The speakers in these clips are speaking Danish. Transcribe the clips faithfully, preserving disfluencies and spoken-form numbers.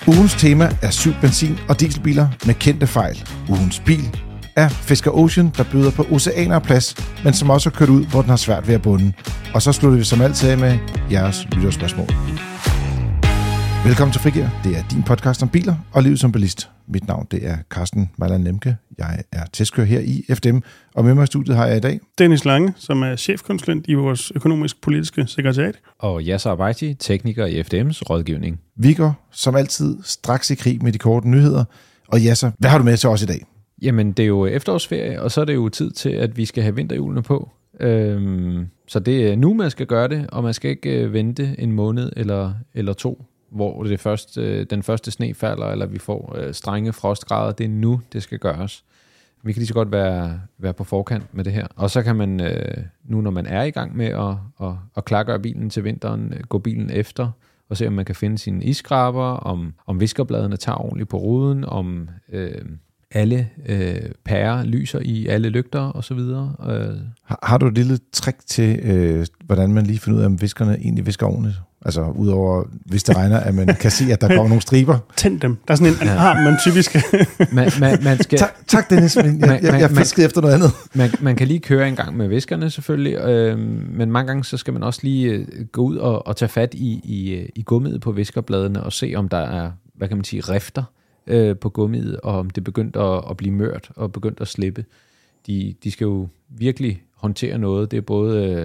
Ugens tema er syv benzin- og dieselbiler med kendte fejl. Ugens bil er Fisker Ocean, der byder på oceaner og plads, men som også har kørt ud, hvor den har svært ved at bunde. Og så slutter vi som altid af med jeres lytterspørgsmål. Velkommen til Frigir. Det er din podcast om biler og livet som bilist. Mit navn det er Carsten Mejland Lemke. Jeg er testkører her i F D M, og med mig i studiet har jeg i dag Dennis Lange, som er chefkonsulent i vores økonomisk-politiske sekretariat. Og Yasser Arbaiti, tekniker i F D M's rådgivning. Vi går som altid straks i krig med de korte nyheder. Og Yasser, hvad har du med til os i dag? Jamen, det er jo efterårsferie, og så er det jo tid til, at vi skal have vinterhjulene på. Øhm, så det er nu, man skal gøre det, og man skal ikke vente en måned eller, eller to, hvor det første, den første sne falder, eller vi får øh, strenge frostgrader. Det er nu, det skal gøres. Vi kan lige så godt være, være på forkant med det her. Og så kan man, øh, nu når man er i gang med at, at, at klargøre bilen til vinteren, gå bilen efter, og se om man kan finde sine isskraber, om, om viskerbladene tager ordentligt på ruden, om øh, alle øh, pærer lyser i alle lygter osv. Øh. Har, har du et lille trick til, øh, hvordan man lige finder ud af, om viskerne egentlig visker ordentligt? Altså udover, hvis det regner, at man kan se, at der kommer nogle striber. Tænd dem. Der er sådan en ja. arm, man typisk... man, man, man skal... tak, tak Dennis, men jeg, jeg, jeg fiskede efter noget andet. Man, man kan lige køre en gang med viskerne selvfølgelig, øh, men mange gange så skal man også lige øh, gå ud og, og tage fat i, i, i gummiet på viskerbladene og se, om der er, hvad kan man sige, rifter øh, på gummiet, og om det begyndt at, at blive mørt og begyndt at slippe. De, de skal jo virkelig håndtere noget. Det er både... Øh,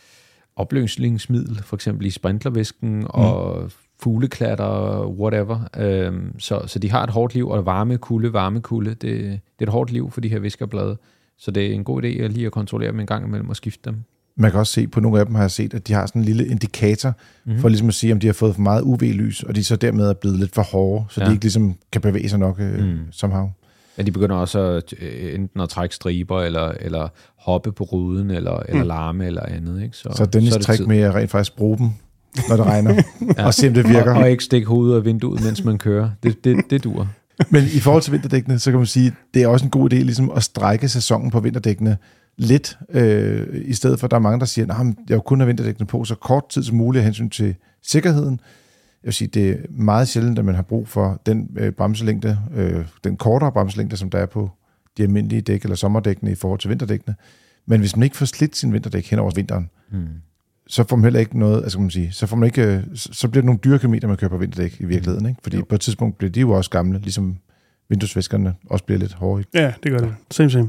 opløsningsmiddel, for eksempel i sprinklervæsken mm. og fugleklatter, whatever. Øhm, så, så de har et hårdt liv, og varme kulde, varme kulde, det, det er et hårdt liv for de her viskerblade. Så det er en god idé at lige at kontrollere dem en gang imellem og skifte dem. Man kan også se, på nogle af dem har jeg set, at de har sådan en lille indikator, mm-hmm. for ligesom at sige, om de har fået for meget U V-lys, og de så dermed er blevet lidt for hårde, så ja. de ikke ligesom kan bevæge sig nok øh, mm. somehow. Ja, de begynder også at, enten at trække striber, eller, eller hoppe på ruden, eller, mm. eller larme, eller andet. Ikke? Så, så Dennis trick med at rent faktisk bruge dem, når det regner, ja. og se om det virker. Og, og ikke stikke hovedet af vinduet, mens man kører. Det, det, det dur. Men i forhold til vinterdækkene, så kan man sige, det er også en god idé ligesom at strække sæsonen på vinterdækkene lidt, øh, i stedet for, at der er mange, der siger, at jeg vil kun have vinterdækkene på så kort tid som muligt af hensyn til sikkerheden. Jeg vil sige, det er meget sjældent, at man har brug for den øh, bremselængde, øh, den kortere bremselængde, som der er på de almindelige dæk eller sommerdækkene i forhold til vinterdækkene. Men hvis man ikke får slidt sin vinterdæk hen over vinteren, mm. så får man heller ikke noget, altså kan man sige, så får man ikke, så bliver det nogle dyre kilometer, man kører på vinterdæk i virkeligheden, ikke? Fordi jo. På et tidspunkt bliver de jo også gamle, ligesom vinduesviskerne også bliver lidt hårde. Ja, det gør det. Same, same.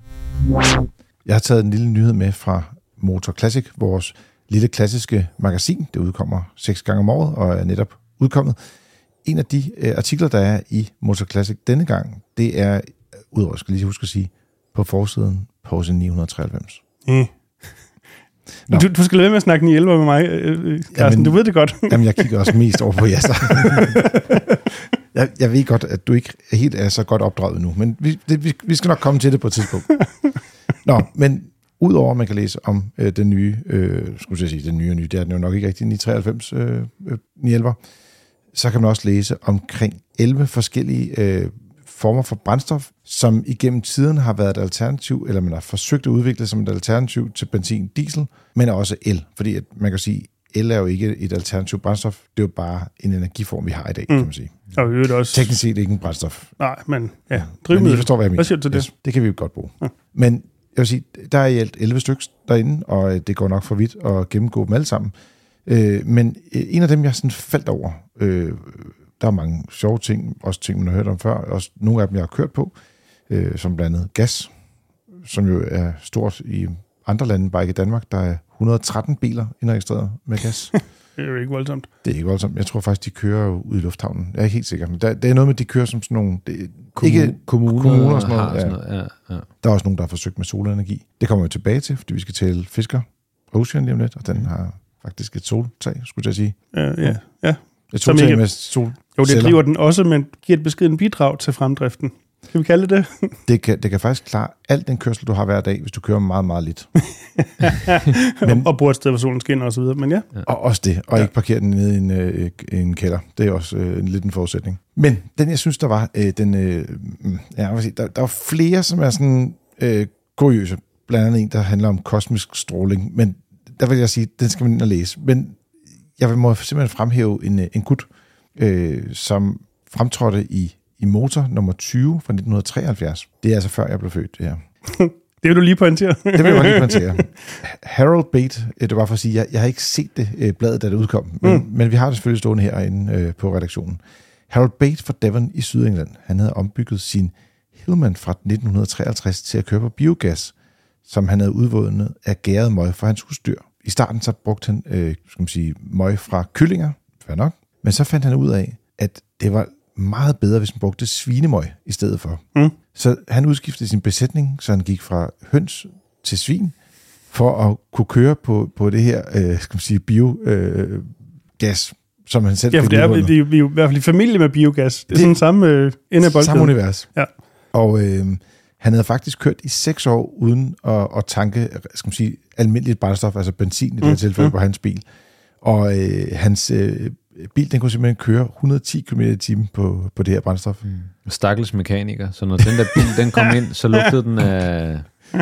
Jeg har taget en lille nyhed med fra Motor Classic, vores lille klassiske magasin. Det udkommer seks gange om året og er netop udkommet. En af de øh, artikler, der er i Motor Classic denne gang, det er, udover skal lige huske at sige, på forsiden Porsche ni treoghalvfems. Mm. Du, du skal lade være med at snakke ni elleve med mig, øh, Carsten. Jamen, du ved det godt. Jamen, jeg kigger også mest over på Yasser. jeg, jeg ved godt, at du ikke helt er så godt opdraget nu, men vi, det, vi, vi skal nok komme til det på et tidspunkt. Nå, men udover at man kan læse om øh, den nye, øh, skulle jeg sige, den nye og nye, det er den jo nok ikke rigtig ni treoghalvfems, øh, ni elleve, så kan man også læse omkring elleve forskellige øh, former for brændstof, som igennem tiden har været et alternativ, eller man har forsøgt at udvikle som et alternativ til benzin, diesel, men også el, fordi at man kan sige, el er jo ikke et alternativ brændstof, det er jo bare en energiform, vi har i dag, mm. kan man sige. Og vi også... Teknisk set ikke en brændstof. Nej, men ja, drivmiddel. Men I forstår, hvad jeg mener. Hvad siger du til det? Det kan vi jo godt bruge. Ja. Men jeg vil sige, der er i alt elleve stykker derinde, og det går nok for vidt at gennemgå dem alle sammen. Øh, men en af dem, jeg sådan faldt over, øh, der er mange sjove ting, også ting, man har hørt om før, også nogle af dem, jeg har kørt på, øh, som blandt andet gas, som jo er stort i andre lande, bare ikke i Danmark. Der er et hundrede og tretten biler indregistreret med gas. Det er jo ikke voldsomt. Det er ikke voldsomt. Jeg tror faktisk, de kører ud i lufthavnen. Jeg er ikke helt sikker, men der, det er noget med, de kører som sådan nogle... Det, Kommun- ikke kommuner, kommuner og sådan noget. Har sådan noget. Ja. Ja. Der er også nogen, der har forsøgt med solenergi. Det kommer vi tilbage til, fordi vi skal tale Fisker Ocean lige om lidt, og den har faktisk et soltag, skulle jeg sige. Ja, ja. ja. Et soltag ikke... med solceller. Jo, det driver den også, men giver et beskeden bidrag til fremdriften. Kan vi kalde det det? Det kan, det kan faktisk klare alt den kørsel, du har hver dag, hvis du kører meget, meget lidt. men, og bor et sted, hvor solen skinner og så videre, men ja. Og også det, og ja. Ikke parkere den nede i en, øh, en kælder. Det er også øh, en lidt en forudsætning. Men den, jeg synes, der var, øh, den, øh, ja, jeg vil sige, der, der var flere, som er sådan øh, kuriøse. Blandt andet en, der handler om kosmisk stråling. Men der vil jeg sige, den skal man ind og læse. Men jeg må simpelthen fremhæve en, en gut, øh, som fremtrådte i, i Motor nummer tyve fra nitten treoghalvfjerds. Det er altså før jeg blev født, det her. Det vil du lige pointere. Det vil jeg lige pointere. Harold Bate, det var for at sige, jeg, jeg har ikke set det øh, bladet, da det udkom, men, mm. men vi har det selvfølgelig stående herinde øh, på redaktionen. Harold Bate fra Devon i Sydengland, han havde ombygget sin Hillman fra nitten treoghalvtreds til at køre på biogas, som han havde udvundet af gæret møg for hans husdyr. I starten så brugte han øh, skal man sige, møg fra kyllinger, fair nok, men så fandt han ud af, at det var meget bedre, hvis man brugte svinemøg i stedet for. Mm. Så han udskiftede sin besætning, så han gik fra høns til svin, for at kunne køre på, på det her øh, skal man sige, biogas, øh, som han selv ja, for det er, vi, vi, vi er jo i hvert fald i familie med biogas. Det er det, sådan samme øh, ende af bolden. Samme univers. Ja. Og øh, han havde faktisk kørt i seks år uden at, at tanke skal man sige, almindeligt brændstof, altså benzin i det her mm. tilfælde mm. på hans bil. Og øh, hans øh, bil, den kunne simpelthen køre et hundrede og ti kilometer i timen på, på det her brændstof. Mm. Stakkels mekaniker. Så når den der bil, den kom ind, så lugtede den af...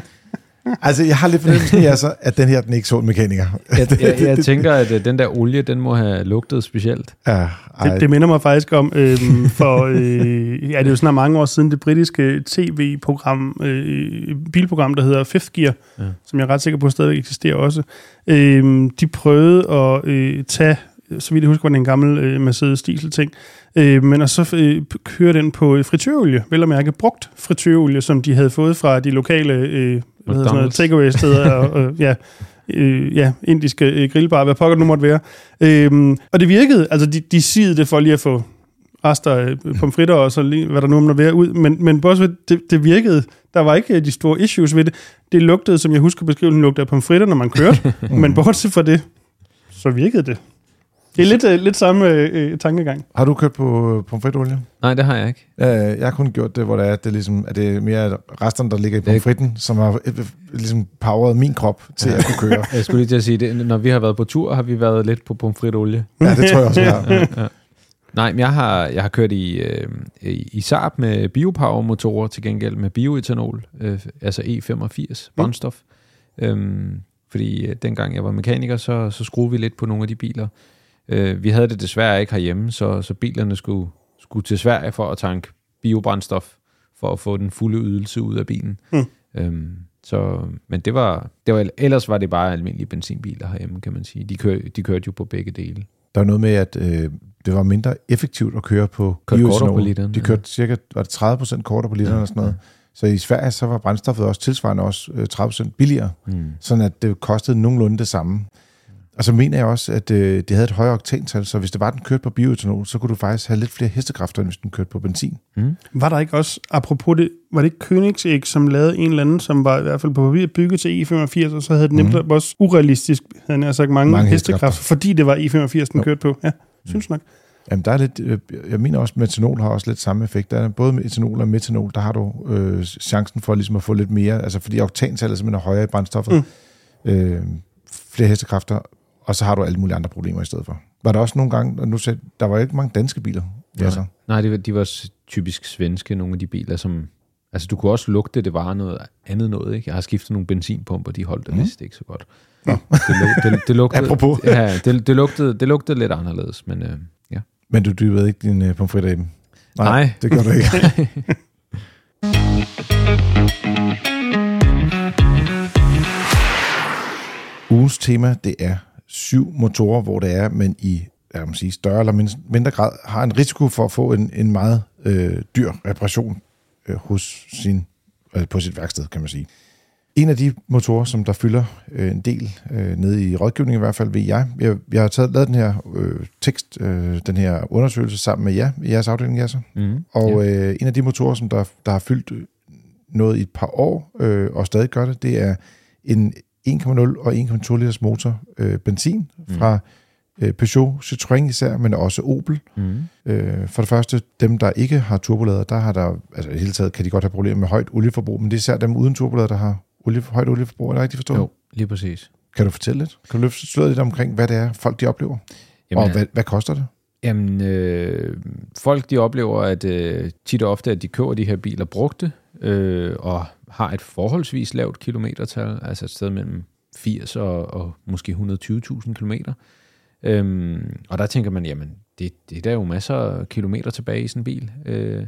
Altså, jeg har lidt fornemmelse af, altså, at den her, den er ikke så en mekaniker. Jeg, jeg, jeg tænker, at den der olie, den må have lugtet specielt. Ja, det, det minder mig faktisk om, øhm, for øh, ja, det er jo snart mange år siden, det britiske tv-program, øh, bilprogram, der hedder Fifth Gear, ja. Som jeg er ret sikker på stadigvæk eksisterer også. Øh, de prøvede at øh, tage, så vidt jeg husker, var det en gammel øh, Mercedes diesel-ting, øh, men og så øh, køre den på fritørolie, vel at mærke brugt fritørolie, som de havde fået fra de lokale øh, hvad hedder sådan noget, takeaway-steder og, og ja, øh, ja, indiske øh, grillbar, hvad pokker det nu måtte være. Øhm, og det virkede, altså de, de sigede det for lige at få rester af pomfritter og så lige, hvad der nu må være ud, men, men også det, det virkede, der var ikke de store issues ved det. Det lugtede, som jeg husker beskrivelsen, lugtede af pomfritter, når man kørte, men bortset fra det, så virkede det. Det er lidt, uh, lidt samme uh, tankegang. Har du kørt på pomfritolie? Nej, det har jeg ikke. Uh, jeg har kun gjort det, hvor det er, det er, ligesom, at det er mere resterne, der ligger i pomfritten, som har uh, ligesom poweret min krop til ja. At kunne køre. Jeg skulle lige til at sige, det, når vi har været på tur, har vi været lidt på pomfritolie. Ja, det tror jeg også, vi har. ja, ja. Nej, men jeg har, jeg har kørt i, øh, i Saab med biopower-motorer til gengæld med bioetanol, øh, altså E femogfirs brændstof. Mm. Øhm, fordi øh, dengang jeg var mekaniker, så, så skruede vi lidt på nogle af de biler. Øh, vi havde det desværre ikke herhjemme, så, så bilerne skulle, skulle til Sverige for at tanke biobrændstof, for at få den fulde ydelse ud af bilen. Mm. Øhm, så, men det var, det var, ellers var det bare almindelige benzinbiler herhjemme, kan man sige. De, kør, de kørte jo på begge dele. Der var noget med, at øh, det var mindre effektivt at køre på bioetanol. De kørte ja. cirka var det tredive procent kortere på literen ja, og sådan noget. Ja. Så i Sverige så var brændstoffet også tilsvarende også øh, tredive procent billigere, mm. sådan at det kostede nogenlunde det samme. Og så mener jeg også, at øh, det havde et højere oktantal, så hvis det var, den kørte på bioetanol, så kunne du faktisk have lidt flere hestekræfter, end hvis den kørte på benzin. Mm. Var der ikke også, apropos det, var det ikke Koenigsegg, som lavede en eller anden, som var i hvert fald på papir bygget til E femogfirs, og så havde den nemt mm. også urealistisk, havde jeg sagt, mange, mange hestekræfter, hestekræfter, fordi det var E femogfirs, den jo. Kørte på. Ja, synes nok. Jamen, der er lidt, jeg mener også, at metanol har også lidt samme effekt. Der er både med etanol og metanol, der har du øh, chancen for ligesom at få lidt mere, altså fordi oktantallet simpelthen er højere i brændstoffet. Mm. Øh, flere hestekræfter, og så har du alle mulige andre problemer i stedet for. Var der også nogle gange, nu sagde, der var ikke mange danske biler? Nej, altså. Nej de, var, de var typisk svenske, nogle af de biler, som... Altså, du kunne også lugte, det var noget andet noget, ikke? Jeg har skiftet nogle benzinpumper, de holdt det mm. vist ikke så godt. Det, det, det, det, lugtede, Apropos. Ja, det, det, lugtede, det lugtede lidt anderledes, men øh, ja. Men du dybede ikke din uh, pomfritter i dem? Nej, Nej. Det gør du ikke. Ugens tema, det er syv motorer, hvor det er, men i jeg må sige, større eller mindre grad har en risiko for at få en, en meget øh, dyr reparation øh, hos sin, øh, på sit værksted, kan man sige. En af de motorer, som der fylder øh, en del øh, nede i rådgivningen i hvert fald, ved jeg. Jeg, jeg har taget, lavet den her øh, tekst, øh, den her undersøgelse sammen med jer i jeres afdeling, Jasser. Mm, og yeah. øh, en af de motorer, som der, der har fyldt noget i et par år, øh, og stadig gør det, det er en en komma nul og en komma to liters motor øh, benzin fra øh, Peugeot, Citroën især, men også Opel. Mm. Øh, for det første, dem der ikke har turbolader, der har der, altså i det hele taget kan de godt have problemer med højt olieforbrug, men det er især dem uden turbolader, der har olie, højt olieforbrug. Er det rigtigt forstået? Jo, lige præcis. Kan du fortælle lidt? Kan du løfte slået lidt omkring, hvad det er, folk de oplever? Jamen, og hvad, hvad koster det? Jamen, øh, folk de oplever, at øh, tit og ofte, at de køber de her biler brugte, øh, og har et forholdsvis lavt kilometertal, altså et sted mellem firs og, og måske et hundrede og tyve tusind kilometer. Øhm, og der tænker man, jamen, det, det der er jo masser af kilometer tilbage i sådan en bil. Øh,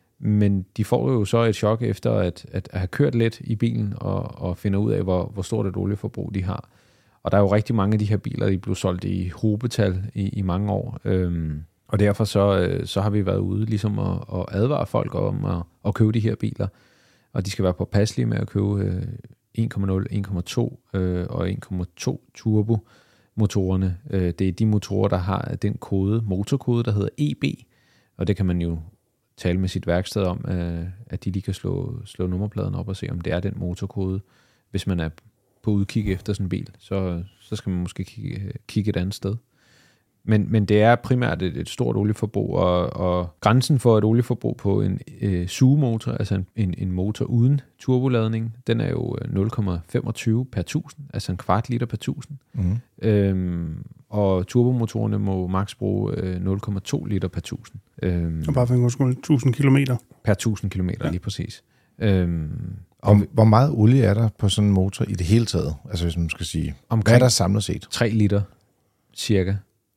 men de får jo så et chok efter at, at have kørt lidt i bilen og, og finder ud af, hvor, hvor stort et olieforbrug de har. Og der er jo rigtig mange af de her biler, de blev solgt i hobetal i, i mange år. Øhm, og derfor så, så har vi været ude ligesom at, at advare folk om at, at købe de her biler. Og de skal være påpasselige med at købe øh, en komma nul, en komma to øh, og en komma to turbo motorerne. Øh, det er de motorer, der har den kode, motorkode, der hedder E B. Og det kan man jo tale med sit værksted om, øh, at de lige kan slå, slå nummerpladen op og se, om det er den motorkode. Hvis man er på udkig efter sådan en bil, så, så skal man måske kigge, kigge et andet sted. Men, men det er primært et, et stort olieforbrug, og, og grænsen for et olieforbrug på en øh, sugemotor, altså en, en, en motor uden turboladning, den er jo nul komma femogtyve per tusind, altså en kvart liter per tusind. Mm. Øhm, og turbomotorerne må maks bruge øh, nul komma to liter per tusind. Øhm, og bare for en god skole, tusind kilometer. Per tusind kilometer, ja. Lige præcis. Øhm, og hvor, hvor meget olie er der på sådan en motor i det hele taget? Altså hvis man skal sige, hvad er der samlet set? tre liter, cirka.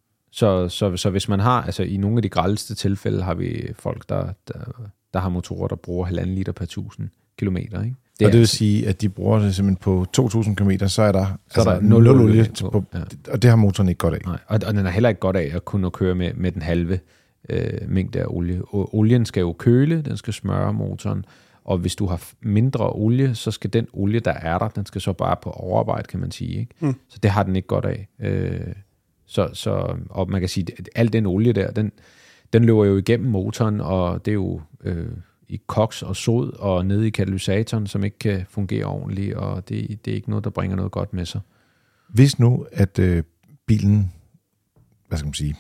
Så, så, så hvis man har, altså i nogle af de grelleste tilfælde, har vi folk, der, der, der har motorer, der bruger halvanden liter per tusind kilometer. Ikke? Det og det vil sige, at de bruger det simpelthen på to tusind kilometer, så er der, så altså er der nul, nul olie, olie på, ja. Og det har motoren ikke godt af. Nej, og, og den er heller ikke godt af at kunne køre med, med den halve øh, mængde af olie. Og olien skal jo køle, den skal smøre motoren, og hvis du har mindre olie, så skal den olie, der er der, den skal så bare på overarbejde, kan man sige. Ikke? Mm. Så det har den ikke godt af. Øh, Så, så, og man kan sige, at al den olie der, den, den løber jo igennem motoren, og det er jo øh, i koks og sod og nede i katalysatoren, som ikke kan fungere ordentligt, og det, det er ikke noget, der bringer noget godt med sig. Hvis nu, at øh, bilen, hvad skal man sige,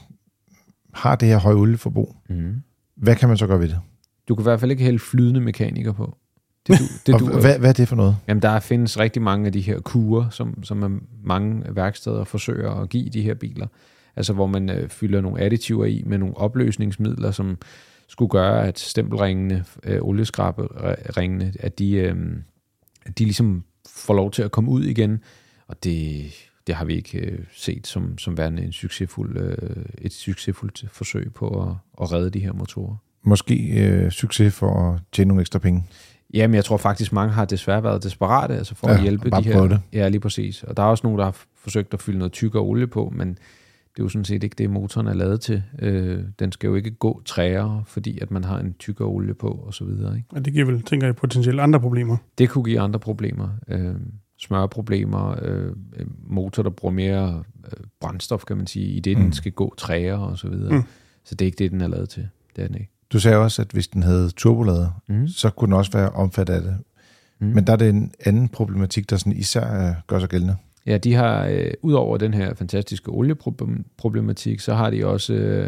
har det her høje olieforbrug, mm. hvad kan man så gøre ved det? Du kan i hvert fald ikke hælde flydende mekaniker på. Det, du, det, og du, hvad, hvad er det for noget? Jamen, der findes rigtig mange af de her kurer, som, som mange værksteder forsøger at give de her biler. Altså, hvor man øh, fylder nogle additiver i med nogle opløsningsmidler, som skulle gøre, at stempelringene, øh, olieskraberingene, at de, øh, at de ligesom får lov til at komme ud igen. Og det, det har vi ikke øh, set som, som værende en succesfuld, øh, et succesfuldt forsøg på at, at redde de her motorer. Måske øh, succes for at tjene nogle ekstra penge. Jamen, jeg tror faktisk, mange har desværre været desperate altså for ja, at hjælpe de her. Det. Ja, lige præcis. Og der er også nogen, der har forsøgt at fylde noget tykkere olie på, men det er jo sådan set ikke det, motoren er lavet til. Øh, den skal jo ikke gå træere, fordi at man har en tykkere olie på, og så videre. Ikke? Og det giver vel, tænker jeg, potentielt andre problemer? Det kunne give andre problemer. Øh, smørproblemer, øh, motor, der bruger mere øh, brændstof, kan man sige, i det, mm. den skal gå træere, og så videre. Mm. Så det er ikke det, den er lavet til. Det er den ikke. Du sagde også, at hvis den havde turbolader, mm. så kunne den også være omfattet af det. Mm. Men der er det en anden problematik, der sådan især uh, gør sig gældende. Ja, de har, øh, ud over den her fantastiske olieproblematik, så har de også øh,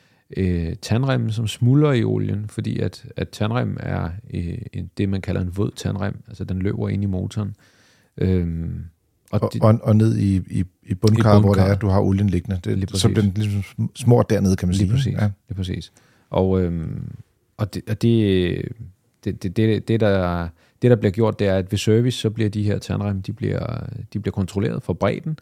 øh, tandremmen, som smuldrer i olien, fordi at, at tandrem er øh, det, man kalder en våd tandrem, altså den løber ind i motoren. Øhm, og, og, de, og, og ned i, i, i bundkarret, hvor det er, du har olien liggende. Det, så den ligesom smår dernede, kan man sige. Lige præcis, ja. Lige præcis. Og, øhm, og, det, og det, det, det, det, det, der, det, der bliver gjort, det er, at ved service, så bliver de her tandrem, de bliver, de bliver kontrolleret for bredden.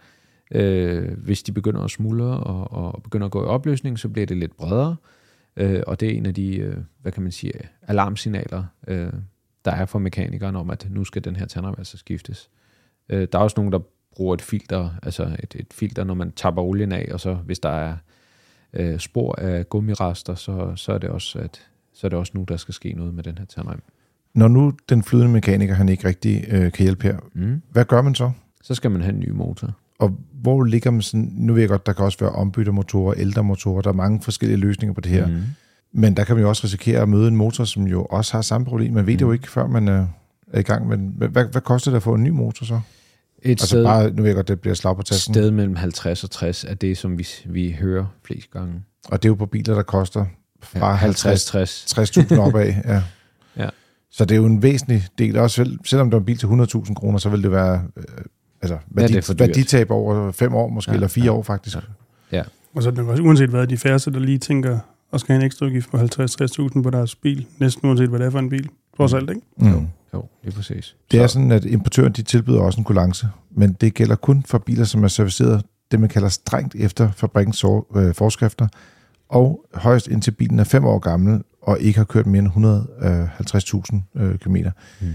Øh, hvis de begynder at smuldre og, og begynder at gå i opløsning, så bliver det lidt bredere. Øh, og det er en af de, øh, hvad kan man sige, alarmsignaler, øh, der er for mekanikeren om, at nu skal den her tandrem altså skiftes. Øh, der er også nogen, der bruger et filter, altså et, et filter, når man tapper olien af, og så hvis der er øh, spor af gummirester, så, så, er det også, at, så er det også nu, der skal ske noget med den her tandrem. Når nu den flydende mekaniker, han ikke rigtig øh, kan hjælpe her, mm. hvad gør man så? Så skal man have en ny motor. Og hvor ligger man sådan, nu ved jeg godt, der kan også være ombyttermotorer, ældre motorer, der er mange forskellige løsninger på det her. Mm. Men der kan man jo også risikere at møde en motor, som jo også har samme problem. Man ved mm. det jo ikke, før man er, er i gang. Men hvad, hvad koster det at få en ny motor så? Et altså sted, bare, nu ved jeg godt, det bliver slag på tasken. Et sted mellem halvtreds og tres er det, som vi, vi hører flest gange. Og det er jo på biler, der koster fra ja, halvtreds til tres tusind opad. Ja. Ja. Så det er jo en væsentlig del. Også selv, selvom det er en bil til hundrede tusind kroner, så vil det være øh, altså, værdi, ja, værditab over fem år måske, ja, eller fire ja, år faktisk. Ja. Ja. Og så er det også uanset hvad, de færreste, der lige tænker, og skal have en ekstra udgift på halvtreds til tres tusind på deres bil, næsten uanset hvad det er for en bil. Trods alt, ikke? Mm. Jo, jo, det er præcis. Det er sådan, at importøren de tilbyder også en kulance, men det gælder kun for biler, som er serviceret det, man kalder strengt efter fabrikkens så, øh, forskrifter, og højst indtil bilen er fem år gammel, og ikke har kørt mere end et hundrede og halvtreds tusind øh, kilometer. Mm.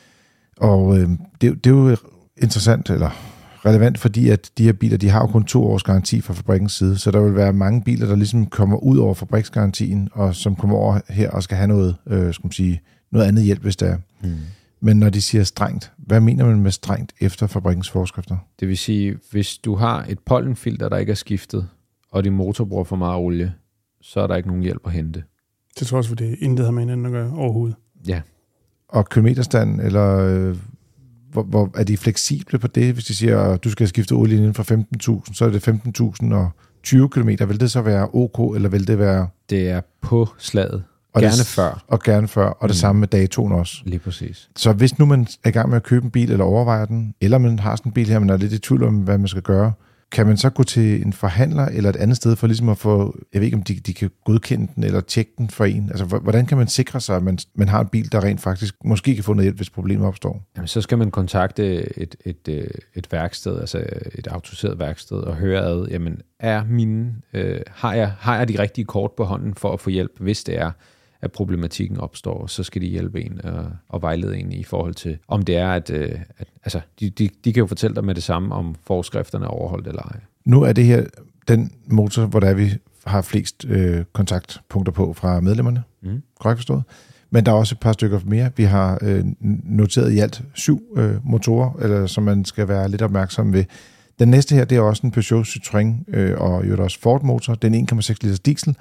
Og øh, det, det er jo interessant, eller relevant, fordi at de her biler, de har jo kun to års garanti fra fabrikkens side, så der vil være mange biler, der ligesom kommer ud over fabriksgarantien, og som kommer over her og skal have noget, øh, skal man sige, noget andet hjælp, hvis der er. Mm. Men når de siger strengt, hvad mener man med strengt efter fabrikkens forskrifter? Det vil sige, hvis du har et pollenfilter, der ikke er skiftet, og din motor bruger for meget olie, så er der ikke nogen hjælp at hente. Det tror jeg også, for det intet har med hinanden at gøre overhovedet. Ja. Og kilometerstand, eller øh, hvor, hvor er de fleksible på det? Hvis de siger, at du skal skifte olien inden for femten tusind, så er det femten tusind og tyve kilometer. Vil det så være ok, eller vil det være... Det er på slaget. Og gerne det, før. Og gerne før, og det mm. samme med datoen også. Lige præcis. Så hvis nu man er i gang med at købe en bil, eller overvejer den, eller man har sådan en bil her, man er lidt i tvivl om, hvad man skal gøre, kan man så gå til en forhandler eller et andet sted for ligesom at få, jeg ved ikke, om de, de kan godkende den eller tjekke den for en? Altså, hvordan kan man sikre sig, at man, man har en bil, der rent faktisk måske kan få noget hjælp, hvis problemer opstår? Jamen, så skal man kontakte et, et, et, et værksted, altså et autoriseret værksted, og høre ad, jamen, er mine, øh, har, jeg, har jeg de rigtige kort på hånden for at få hjælp, hvis det er, at problematikken opstår, så skal de hjælpe en og, og vejlede en i forhold til, om det er, at, at altså, de, de, de kan jo fortælle dig med det samme, om forskrifterne er overholdt eller ej. Nu er det her den motor, hvor der er, vi har flest øh, kontaktpunkter på fra medlemmerne, mm. korrekt forstået. Men der er også et par stykker mere. Vi har øh, noteret i alt syv øh, motorer, eller, som man skal være lidt opmærksom ved. Den næste her, det er også en Peugeot Citroën øh, og jo også Ford motor. Den en komma seks liters diesel.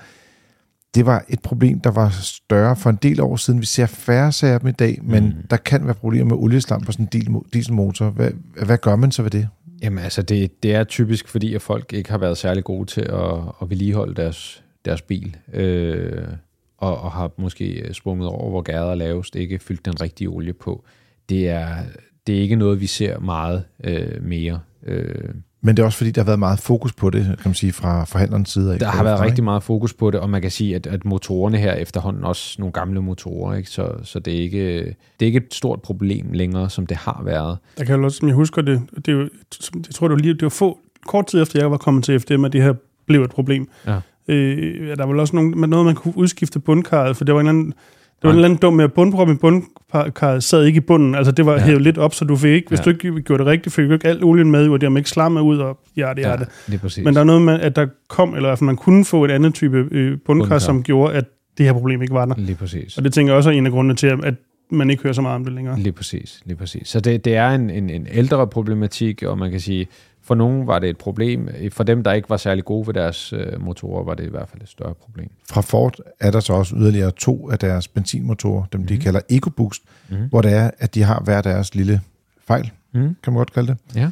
Det var et problem, der var større for en del år siden. Vi ser færre sager af dem i dag, men mm. der kan være problemer med olieslam på sådan en dieselmotor. Hvad, hvad gør man så ved det? Jamen altså, det, det er typisk, fordi at folk ikke har været særlig gode til at, at vedligeholde deres, deres bil, øh, og, og har måske sprunget over, hvor gærdet er lavest, ikke fyldt den rigtige olie på. Det er, det er ikke noget, vi ser meget øh, mere. Øh, Men det er også fordi, der har været meget fokus på det, kan man sige, fra forhandlerens side af. Der har været rigtig meget fokus på det, og man kan sige, at, at motorerne her efterhånden også nogle gamle motorer, ikke? Så, så det, er ikke, det er ikke et stort problem længere, som det har været. Der kan jo også, som jeg husker det, det er jo, jeg tror, det var, lige, det var få, kort tid efter, jeg var kommet til F D M, at det her blev et problem. Ja. Øh, der var også nogle, noget, man kunne udskifte bundkarret, for det var en anden... Det var en eller anden dum med, at bundproppen i bundkarret sad ikke i bunden. Altså, det var ja. hævet lidt op, så du fik ikke, hvis ja. du ikke gjorde det rigtigt, fik du ikke alt olien med, og dermed ikke slammet ud, og ja, det er det. Ja, men der er noget med, at der kom, eller at man kunne få et andet type øh, bundkar, bundkar, som gjorde, at det her problem ikke var der. Lige præcis. Og det tænker jeg også er en af grundene til, at man ikke hører så meget om det længere. Lige præcis, lige præcis. Så det, det er en, en, en ældre problematik, og man kan sige, for nogen var det et problem. For dem, der ikke var særlig gode ved deres øh, motorer, var det i hvert fald et større problem. Fra Ford er der så også yderligere to af deres benzinmotorer, dem de mm. kalder EcoBoost, mm. hvor det er, at de har hver deres lille fejl, mm. kan man godt kalde det. Ja.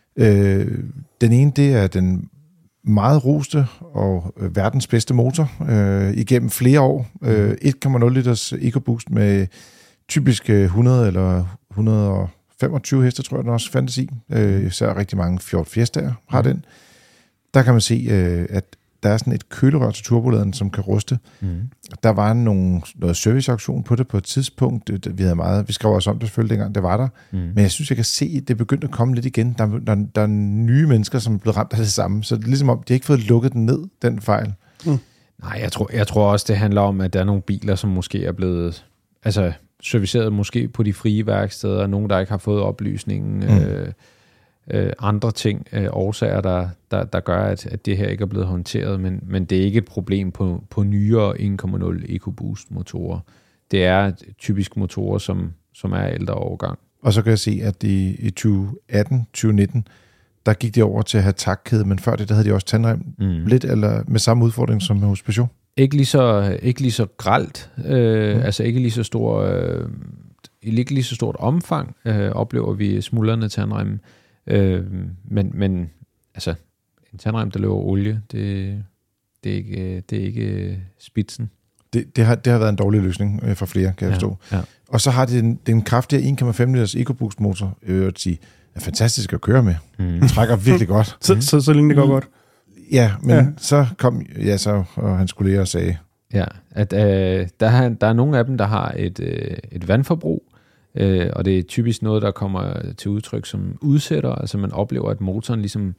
Øh, den ene, det er den meget roste og øh, verdens bedste motor øh, igennem flere år. Mm. Øh, et komma nul liters EcoBoost med typisk hundrede eller hundrede og femogtyve heste, tror jeg, den også fandtes i. Øh, især rigtig mange Ford Fiestaer har den. Der kan man se, øh, at der er sådan et kølerør til turboladeren, som kan ruste. Mm. Der var nogle, noget serviceauktion på det på et tidspunkt. Vi havde meget, vi skrev også om det selvfølgelig dengang, det var der. Mm. Men jeg synes, jeg kan se, at det er begyndt at komme lidt igen. Der, der, der er nye mennesker, som er blevet ramt af det samme. Så det er ligesom om, de har ikke fået lukket den ned, den fejl. Mm. Nej, jeg tror, jeg tror også, det handler om, at der er nogle biler, som måske er blevet... Altså, serviceret måske på de frie værksteder, nogen, der ikke har fået oplysningen, mm. øh, øh, andre ting, øh, årsager, der, der, der gør, at, at det her ikke er blevet håndteret, men, men det er ikke et problem på, på nyere en komma nul EcoBoost-motorer. Det er typisk motorer, som, som er ældre årgang. Og så kan jeg se, at i, i tyve atten tyve nitten, der gik de over til at have takkæde, men før det, der havde de også tandrem. Mm. Lidt eller med samme udfordring som hos Peugeot. Ikke lige så, ikke lige så grelt, øh, mm. altså ikke lige så stor, øh, ikke lige så stort omfang, øh, oplever vi smuldrende tandremme. Øh, men, men altså, en tandrem, der løber olie, det, det, er ikke, det er ikke spidsen. Det, det, har, det har været en dårlig løsning øh, for flere, kan jeg ja, forstå. Ja. Og så har det den, den kraftige en komma fem liters EcoBoost motor, jeg vil sige, er fantastisk at køre med. Mm. Den trækker virkelig godt. så, så, så længe det går mm. godt. Ja, men ja. så kom ja, så, og hans kolleger og sagde... Ja, at øh, der, er, der er nogle af dem, der har et, øh, et vandforbrug, øh, og det er typisk noget, der kommer til udtryk som udsætter, altså man oplever, at motoren ligesom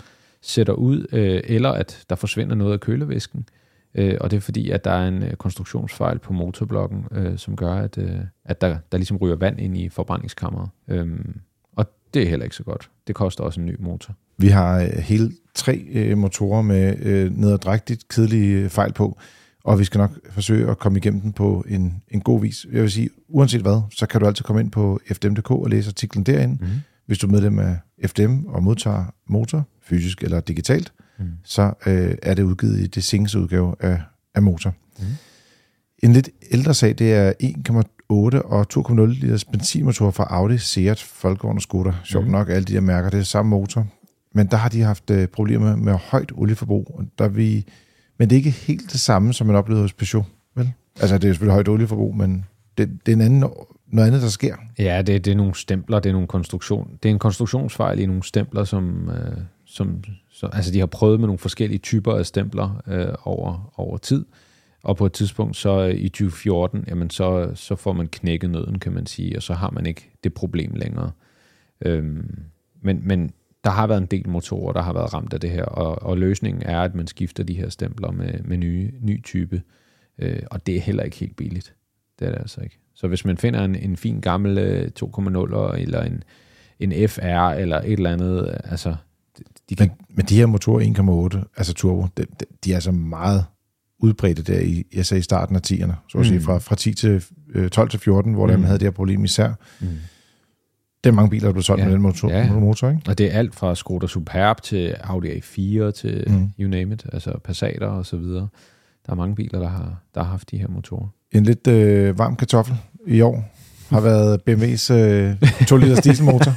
sætter ud, øh, eller at der forsvinder noget af kølevæsken. Øh, og det er fordi, at der er en øh, konstruktionsfejl på motorblokken, øh, som gør, at, øh, at der, der ligesom ryger vand ind i forbrændingskammeret. Øhm, og det er heller ikke så godt. Det koster også en ny motor. Vi har øh, hele tre øh, motorer med øh, nederdrægtigt kedelige fejl på, og vi skal nok forsøge at komme igennem den på en, en god vis. Jeg vil sige, uanset hvad, så kan du altid komme ind på f d m punktum d k og læse artiklen derinde. Mm. Hvis du er medlem af F D M og modtager motor, fysisk eller digitalt, mm. så øh, er det udgivet i det seneste udgave af, af motor. Mm. En lidt ældre sag, det er en komma otte og to komma nul liters benzinmotor fra Audi, Seat, Volkswagen og Skoda. Sjovt mm. nok, alle de der mærker, det er samme motor. Men der har de haft øh, problemer med højt olieforbrug. Og der vi, men det er ikke helt det samme, som man oplevede hos Peugeot, vel? Altså, det er jo selvfølgelig højt olieforbrug, men det, det er en anden, noget andet, der sker. Ja, det, det er nogle stempler, det er nogle konstruktion. Det er en konstruktionsfejl i nogle stempler, som, øh, som så, altså de har prøvet med nogle forskellige typer af stempler øh, over, over tid. Og på et tidspunkt, så i tyve fjorten, jamen så, så får man knækket nøden, kan man sige, og så har man ikke det problem længere. Øhm, men, men der har været en del motorer, der har været ramt af det her, og, og løsningen er, at man skifter de her stempler med, med nye, ny type, øh, og det er heller ikke helt billigt. Det er det altså ikke. Så hvis man finder en, en fin gammel to komma nul eller en, en F R eller et eller andet, altså... De kan... men, men de her motorer en komma otte, altså turbo, de, de er altså meget udbredte der i, jeg sagde i starten af tierne, så at sige, fra, fra ti til tolv til fjorten, hvor mm. man havde det her problem især. Mm. Det er mange biler, der blev solgt ja. med den motor, ja. motor, ikke? Og det er alt fra Skoda Superb til Audi A fire til mm. you name it, altså Passater og så videre. Der er mange biler, der har, der har haft de her motorer. En lidt øh, varm kartoffel i år har været B M W's øh, to liters dieselmotor.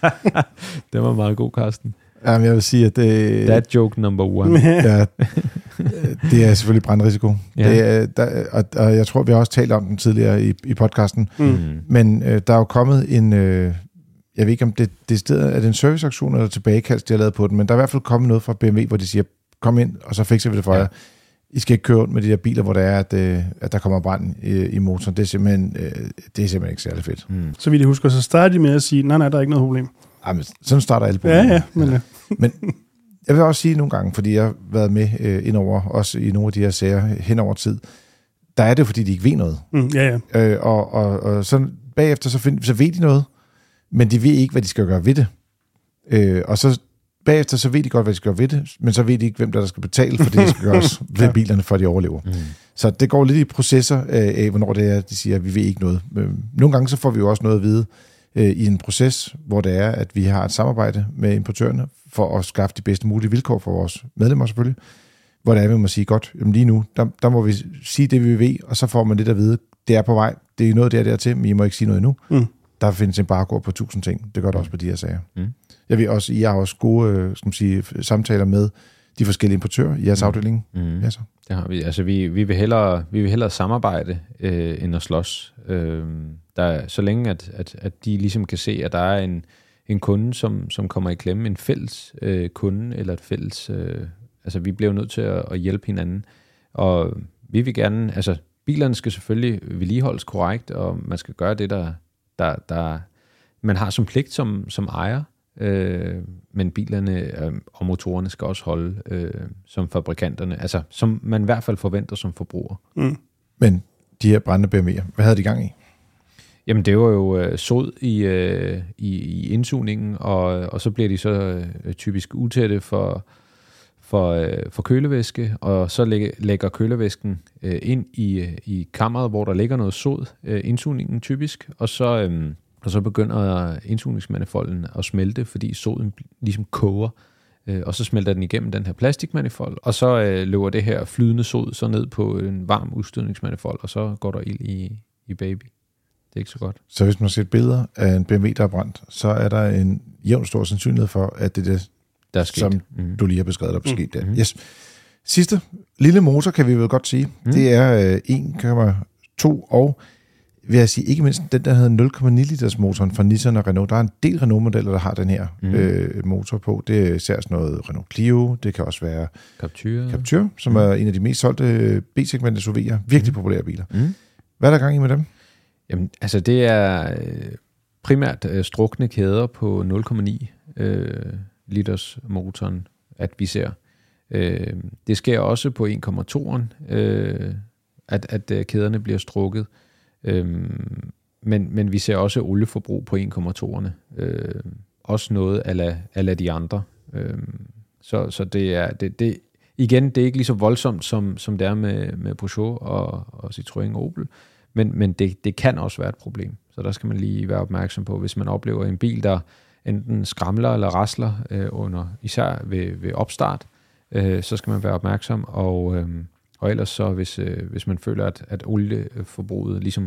Det var meget god, Carsten. Jamen, jeg vil sige, at det... That joke number one. Ja, det er selvfølgelig brandrisiko. Ja. Det er, der, og, og jeg tror, vi har også talt om den tidligere i, i podcasten. Mm. Men øh, der er jo kommet en... Øh, jeg ved ikke, om det, det er stedet, er det en serviceaktion eller tilbagekald, de har lavet på den, men der er i hvert fald kommet noget fra B M W, hvor de siger, kom ind, og så fikser vi det for ja. jer. I skal ikke køre rundt med de der biler, hvor der er, at, øh, at der kommer brand i, i motoren. Det er simpelthen, øh, det er simpelthen ikke særlig fedt. Mm. Så vil jeg huske, så starter de med at sige, nej, nej, der er ikke noget problem. Jamen, sådan starter alle problemer. Ja, ja. Men, ja. men jeg vil også sige nogle gange, fordi jeg har været med øh, indover, også i nogle af de her sager hen over tid, der er det fordi de ikke ved noget. Mm, ja, ja. Øh, og, og, og så bagefter, så, find, så ved de noget, men de ved ikke, hvad de skal gøre ved det. Øh, og så bagefter, så ved de godt, hvad de skal gøre ved det, men så ved de ikke, hvem der, der skal betale for det, de skal gøres ved bilerne, for at de overlever. Mm. Så det går lidt i processer af, af, hvornår det er, de siger, at vi ved ikke noget. Nogle gange så får vi jo også noget at vide øh, i en proces, hvor det er, at vi har et samarbejde med importørerne for at skaffe de bedste mulige vilkår for vores medlemmer selvfølgelig. Hvor det er, vi må sige, godt, jamen lige nu, der, der må vi sige det, vi ved, og så får man lidt at vide, det er på vej, det er noget der dertil, men I må ikke sige noget endnu. Mm. Der findes embargo på tusind ting. Det gør det også på de her sager. Mm. Jeg ved også, I har også gode skal man sige, samtaler med de forskellige importører i jeres mm. afdeling. Mm. Ja, så. Det har vi. Altså, vi, vi, vil hellere, vi vil hellere samarbejde, øh, end at slås. Øh, der, så længe, at, at, at de ligesom kan se, at der er en, en kunde, som, som kommer i klemme, en fælles øh, kunde, eller et fælles... Øh, altså, vi bliver nødt til at, at hjælpe hinanden. Og vi vil gerne... Altså, bilerne skal selvfølgelig vedligeholdes korrekt, og man skal gøre det, der... der, der man har som pligt som, som ejer, øh, men bilerne øh, og motorerne skal også holde øh, som fabrikanterne, altså som man i hvert fald forventer som forbruger. Mm. Men de her brændende B M W'er, hvad havde de gang i? Jamen det var jo øh, sod i, øh, i, i indsugningen, og, og så bliver de så øh, typisk utætte for, for, øh, for kølevæske, og så lægger, lægger kølevæsken øh, ind i, i kammeret, hvor der ligger noget sod, øh, indsugningen typisk, og så... Øh, Og så begynder indsugningsmanifolden at smelte, fordi soden ligesom koger, øh, og så smelter den igennem den her plastikmanifold, og så øh, løber det her flydende sod så ned på en varm udstødningsmanifold, og så går der ild i, i baby. Det er ikke så godt. Så hvis man ser billeder af en B M W, der er brændt, så er der en jævn stor sandsynlighed for, at det er det, der er som mm. du lige har beskrevet, der er sket der. Mm. Yes. Sidste lille motor, kan vi vel godt sige, mm. det er øh, en komma to og vil jeg sige, ikke mindst den, der hedder nul komma ni liters motoren fra Nissan og Renault. Der er en del Renault-modeller, der har den her mm. øh, motor på. Det er især sådan noget Renault Clio, det kan også være Captur, Captur som mm. er en af de mest solgte B-segment S U V'er. Virkelig mm. populære biler. Mm. Hvad er der gang i med dem? Jamen, altså det er primært øh, strukne kæder på nul komma ni øh, liters motoren. at vi ser. Øh, det sker også på en komma to'eren, øh, at, at øh, kæderne bliver strukket. Øh, men, men vi ser også olieforbrug på en komma to'erne. Øh, også noget ala, ala de andre. Øh, så, så det er... Det, det, igen, det er ikke lige så voldsomt, som, som det er med, med Peugeot og, og Citroën og Opel. Men, men det, det kan også være et problem. Så der skal man lige være opmærksom på, hvis man oplever en bil, der enten skramler eller rasler øh, under, især ved, ved opstart, øh, så skal man være opmærksom. Og, øh, og ellers så, hvis, øh, hvis man føler, at, at olieforbruget, ligesom,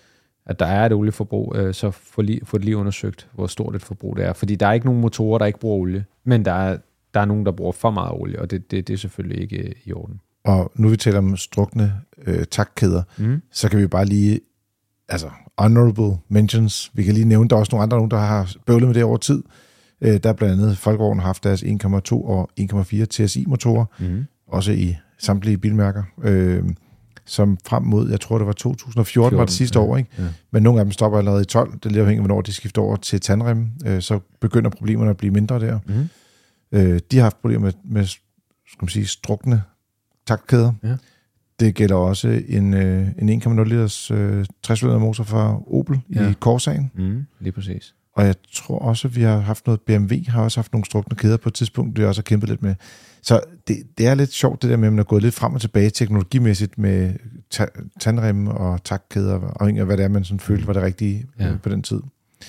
at der er et olieforbrug, øh, så få, lige, få det lige undersøgt, hvor stort et forbrug det er. Fordi der er ikke nogen motorer, der ikke bruger olie, men der er, der er nogen, der bruger for meget olie, og det, det, det er selvfølgelig ikke øh, i orden. Og nu vi taler om strukne øh, takkæder, mm. så kan vi bare lige, altså honorable mentions, vi kan lige nævne, der er også nogle andre, nogen, der har bøvlet med det over tid. Øh, der er blandt andet Folkevogn har haft deres en komma to og en komma fire T S I-motorer, mm. også i samtlige bilmærker, øh, som frem mod, jeg tror det var to tusind og fjorten, fjorten var det sidste ja, år, ikke? Ja. Men nogle af dem stopper allerede i tolv, det er lidt afhængigt af, hvornår de skifter over til tandrem, øh, så begynder problemerne at blive mindre der. Mm. Øh, de har haft problemer med, med skal man sige, strukne taktkæder. Ja. Det gælder også en, øh, en en komma nul liters øh, tres-cylindret motor fra Opel ja. i Corsaen. Mm, lige præcis. Og jeg tror også, at vi har haft noget, B M W har også haft nogle strukne kæder på et tidspunkt, det har også kæmpet lidt med. Så det, det er lidt sjovt, det der med, at man er gået lidt frem og tilbage teknologimæssigt med ta- tandrem og taktkæder, afhængig af, hvad det er, man sådan følte var det rigtige ja. øh, på den tid.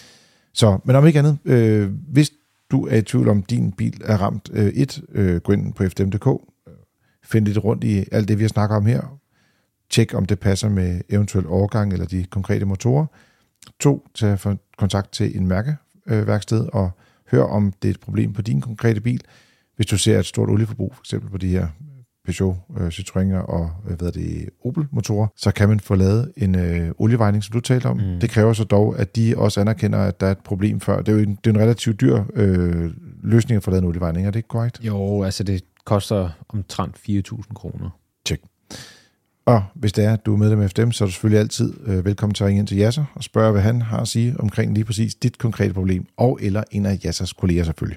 Så, men om ikke andet, øh, hvis du er i tvivl om, din bil er ramt, øh, et, øh, gå ind på F D M punktum d k, find lidt rundt i alt det, vi har snakket om her. Tjek, om det passer med eventuel overgang eller de konkrete motorer. To, tag for kontakt til en mærkeværksted og hør, om det er et problem på din konkrete bil. Hvis du ser et stort olieforbrug, for eksempel på de her Peugeot, øh, Citroën og hvad er det, Opel-motorer, så kan man få lavet en øh, olievejning, som du talte om. Mm. Det kræver så dog, at de også anerkender, at der er et problem før. Det er jo en, det er en relativt dyr øh, løsning at få lavet en olievejning. Er det ikke korrekt? Jo, altså det koster omtrent fire tusind kroner. Tjek. Og hvis det er, at du er medlem af F D M, så er du selvfølgelig altid øh, velkommen til at ringe ind til Yasser og spørge, hvad han har at sige omkring lige præcis dit konkrete problem, og eller en af Yassers kolleger selvfølgelig.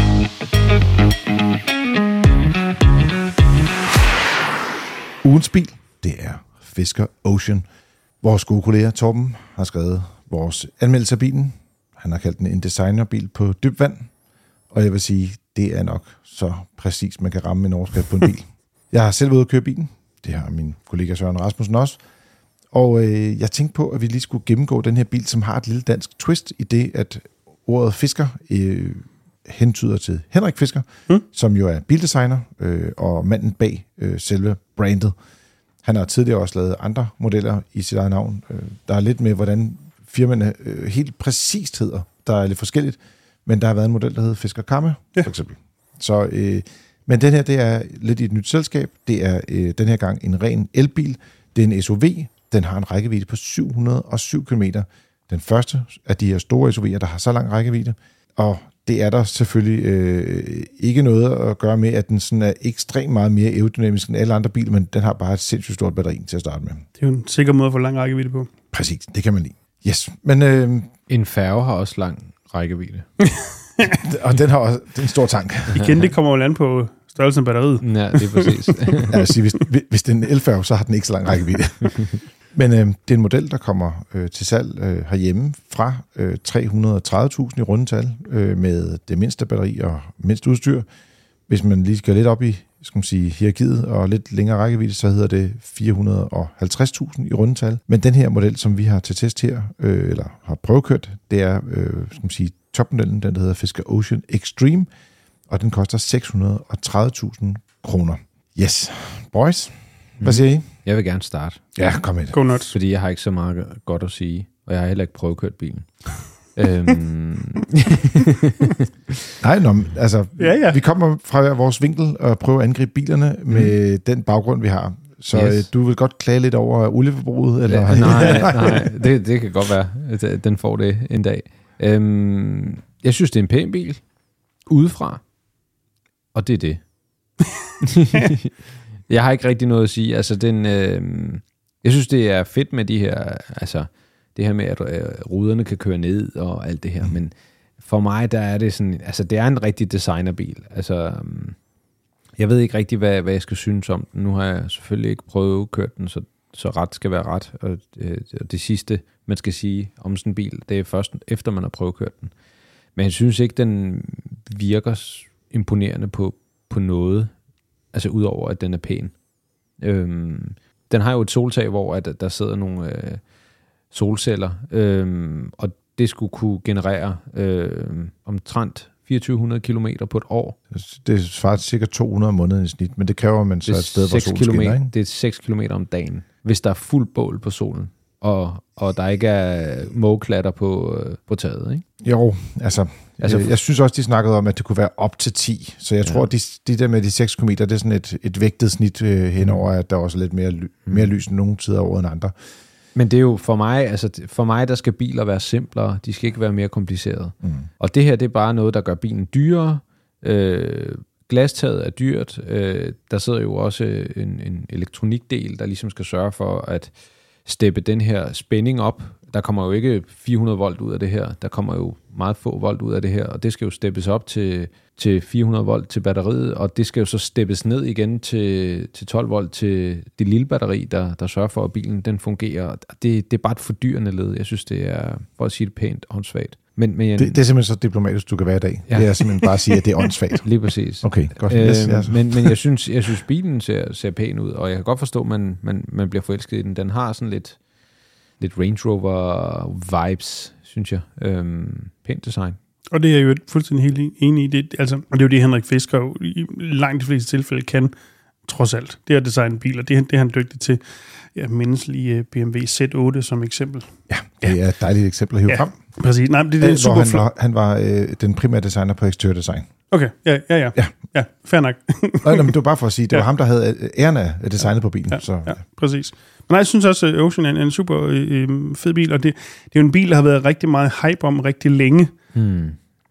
Ugens bil, det er Fisker Ocean. Vores gode kollega Torben har skrevet vores anmeldelse af bilen. Han har kaldt den en designerbil på dybt vand. Og jeg vil sige, det er nok så præcis, man kan ramme en overskrift på en bil. Jeg har selv været ude at køre bilen. Det har min kollega Søren Rasmussen også. Og øh, jeg tænkte på, at vi lige skulle gennemgå den her bil, som har et lille dansk twist i det, at ordet Fisker øh, hentyder til Henrik Fisker, mm. som jo er bildesigner øh, og manden bag øh, selve brandet. Han har tidligere også lavet andre modeller i sit eget navn. Øh, der er lidt med, hvordan firmaerne øh, helt præcist hedder. Der er lidt forskelligt, men der har været en model, der hedder Fisker Karma, ja. for eksempel. Så, øh, men den her, det er lidt i et nyt selskab. Det er øh, den her gang en ren elbil. Det er en S U V. Den har en rækkevidde på syv hundrede og syv kilometer. Den første af de her store S U V'er, der har så lang rækkevidde. Og det er der selvfølgelig øh, ikke noget at gøre med, at den sådan er ekstremt meget mere aerodynamisk end alle andre biler, men den har bare et sindssygt stort batteri til at starte med. Det er jo en sikker måde at få lang rækkevidde på. Præcis, det kan man lide. Yes, men... Øh, en færge har også lang rækkevidde. og den har også den stor tank. Igen, det kommer jo an på størrelsen af batteriet. Ja, det er præcis. Jeg vil sige, hvis, hvis det er en elfærge, så har den ikke så lang rækkevidde. Men øh, det er en model, der kommer øh, til salg øh, herhjemme fra øh, tre hundrede og tredive tusind i rundetal øh, med det mindste batteri og mindst udstyr. Hvis man lige skal lidt op i skal man sige, hierarkiet og lidt længere rækkevidde, så hedder det fire hundrede og halvtreds tusind i rundetal. Men den her model, som vi har til test her, øh, eller har prøvekørt, det er øh, skal man sige, topmodellen, den der hedder Fisker Ocean Extreme, og den koster seks hundrede og tredive tusind kroner. Yes. Boys, hvad siger I? Jeg vil gerne starte. Ja, kom med det. Go nuts. Fordi jeg har ikke så meget godt at sige, og jeg har heller ikke prøvekørt bilen. øhm. Nej, nå, altså, ja, ja. vi kommer fra vores vinkel og prøver at angribe bilerne med mm. den baggrund, vi har. Så yes. du vil godt klage lidt over olieforbruget? Eller? Ja, nej, nej det, det kan godt være, den får det en dag. Øhm, jeg synes, det er en pæn bil udefra, og det er det. Jeg har ikke rigtig noget at sige. Altså, den, øh, jeg synes, det er fedt med de her, altså, det her med, at øh, ruderne kan køre ned og alt det her, men for mig, der er det sådan, altså det er en rigtig designerbil. Altså, jeg ved ikke rigtig, hvad, hvad jeg skal synes om den. Nu har jeg selvfølgelig ikke prøvet at køre den, så, så ret skal være ret. Og det, og det sidste, man skal sige om sådan en bil, det er først efter, man har prøvet at køre den. Men jeg synes ikke, den virker imponerende på, på noget, altså udover, at den er pæn. Øhm, den har jo et soltag, hvor at der sidder nogle øh, solceller, øhm, og det skulle kunne generere øh, omtrent fireogtyve hundrede kilometer på et år. Det svarer cirka to hundrede om måneden i snit, men det kræver, at man så er et sted, hvor solen skinner, ikke? Det er seks kilometer om dagen, hvis der er fuld bål på solen, og, og der ikke er mågeklatter på, på taget, ikke? Jo, altså, altså jeg, jeg synes også, de snakkede om, at det kunne være op til ti, så jeg ja. tror, de, de der med de seks kilometer, det er sådan et, et vægtet snit øh, henover, at der også er lidt mere, ly, mere lys end nogle tider over end andre. Men det er jo for mig, altså for mig, der skal biler være simplere, de skal ikke være mere komplicerede. Mm. Og det her, det er bare noget, der gør bilen dyrere. Øh, glastaget er dyrt. Øh, der sidder jo også en, en elektronikdel, der ligesom skal sørge for at steppe den her spænding op. Der kommer jo ikke fire hundrede volt ud af det her. Der kommer jo meget få volt ud af det her, og det skal jo steppes op til, til fire hundrede volt til batteriet, og det skal jo så steppes ned igen til, til tolv volt til det lille batteri, der, der sørger for, at bilen den fungerer. Det, det er bare et fordyrende led. Jeg synes, det er, for at sige det pænt, åndssvagt. Men, men, det, det er simpelthen så diplomatisk, du kan være i dag. Ja. Det er simpelthen bare at sige, at det er åndssvagt. Lige præcis. Okay, godt. Øhm, yes, yes. Men, men jeg synes, jeg synes bilen ser, ser pæn ud, og jeg kan godt forstå, at man, man, man bliver forelsket i den. Den har sådan lidt, lidt Range Rover-vibes, synes jeg. Øhm, pænt design. Og det er jo fuldstændig helt enig i. Det, altså, og det er jo det, Henrik Fisker jo i langt de fleste tilfælde kan, trods alt. Det er at designe biler. Det, det er han dygtig til. Jeg mindes lige B M W Z otte som eksempel. Ja, det er et dejligt eksempel at hive ja, frem. Præcis. Nej, det, det er super han var, han var øh, den primære designer på eksteriør design. Okay, ja, ja, ja. Ja, ja fair nok. nej, nej, men det var bare for at sige, det ja. var ham, der havde æren af designet på bilen. Ja, så. ja, præcis. Men jeg synes også, at Ocean er en super øh, fed bil, og det, det er jo en bil, der har været rigtig meget hype om rigtig længe. Hmm.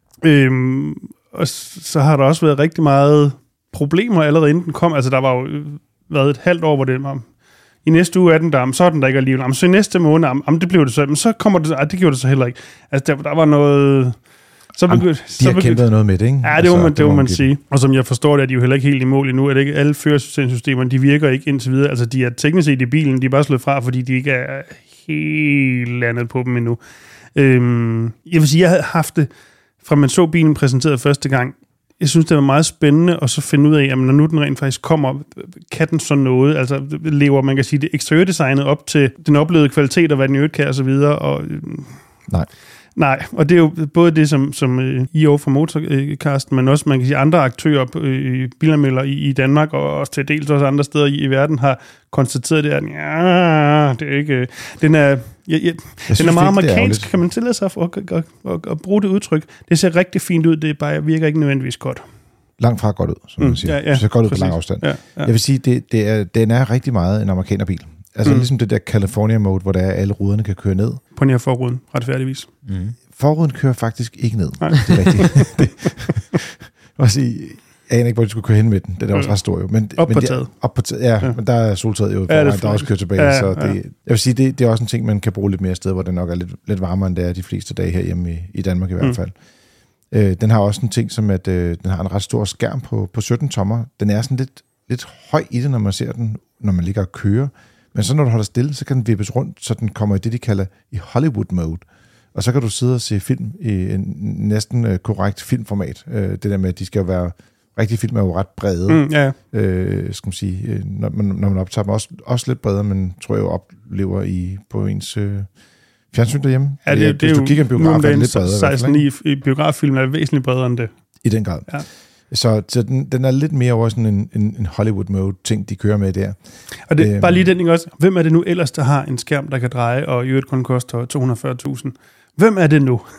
Øhm, og så har der også været rigtig meget problemer allerede inden den kom. Altså, der var jo været et halvt år, hvor det var... I næste uge er den der, så er den der ikke alligevel. Så i næste måned, om det blev det så, men så kommer det, det gjorde det så heller ikke. Altså, der, der var noget... Så begynd, Jamen, de så har kæmpet noget med det, ikke? Ja, det må altså, man, det må man give. sige. Og som jeg forstår det, er de jo heller ikke helt i mål endnu. Er det ikke alle førersystemerne, de virker ikke indtil videre. Altså, de er teknisk set i bilen, de er bare slået fra, fordi de ikke er helt landet på dem endnu. Øhm, jeg vil sige, jeg havde haft det, fra man så bilen præsenteret første gang. Jeg synes, det var meget spændende at så finde ud af, at når nu den rent faktisk kommer, kan den så noget? Altså, lever, man kan sige, det eksteriørdesignet op til den oplevede kvalitet, og hvad den i øvrigt kan, og så videre. Og, Nej. Nej, og det er jo både det, som, som I O fra Motorcast, men også, man kan sige, andre aktører, øh, bilanmelder i, i Danmark, og også til dels også andre steder i, i verden, har konstateret det, at ja, det er ikke... Den er, ja, ja, den synes, er meget det, amerikansk, det er kan man tillade sig at, at, at, at, at bruge det udtryk. Det ser rigtig fint ud, det bare virker ikke nødvendigvis godt. Langt fra godt ud, som man mm, siger. Ja, ja, det ser godt ud på lang afstand. Ja, ja. Jeg vil sige, det, det er, den er rigtig meget en amerikanerbil. Altså mm. ligesom det der California mode, hvor der er, alle ruderne kan køre ned. På den her forruden, retfærdigvis. Mm. Forruden kører faktisk ikke ned. Nej. Det er rigtigt. det, jeg, sige, jeg aner ikke, hvor de skulle køre hen med den. Det er også ret stor jo. Men, op men på det, taget. Op på taget, ja, ja. Men der er soltaget jo, ja, der også kører tilbage. Ja, så det, ja. Jeg vil sige, det, det er også en ting, man kan bruge lidt mere sted, hvor det nok er lidt, lidt varmere, end det er de fleste dage herhjemme i, i Danmark i hvert fald. Mm. Øh, den har også en ting, som at øh, den har en ret stor skærm på, på sytten tommer. Den er sådan lidt, lidt høj i det, når man ser den, når man ligger og kører. Men så når du holder stille, så kan den vippes rundt, så den kommer i det, de kalder i Hollywood mode. Og så kan du sidde og se film i en næsten uh, korrekt filmformat. Uh, det der med, at de skal jo være... Rigtige film er jo ret brede. Mm, ja. uh, skal man sige, uh, når, man, når man optager dem. Også, også lidt bredere, men tror jeg jo oplever i på ens uh, fjernsyn derhjemme. Ja, det, det, det er jo... Hvis du kigger en biograf, er det lidt bredere. seksten ni i biograffilm er væsentligt bredere end det. I den grad. Ja. Så, så den, den er lidt mere over sådan en, en, en Hollywood-mode-ting, de kører med der. Og det er bare lige den, ikke også? Hvem er det nu ellers, der har en skærm, der kan dreje, og i øvrigt kun koster to hundrede og fyrre tusind? Hvem er det nu?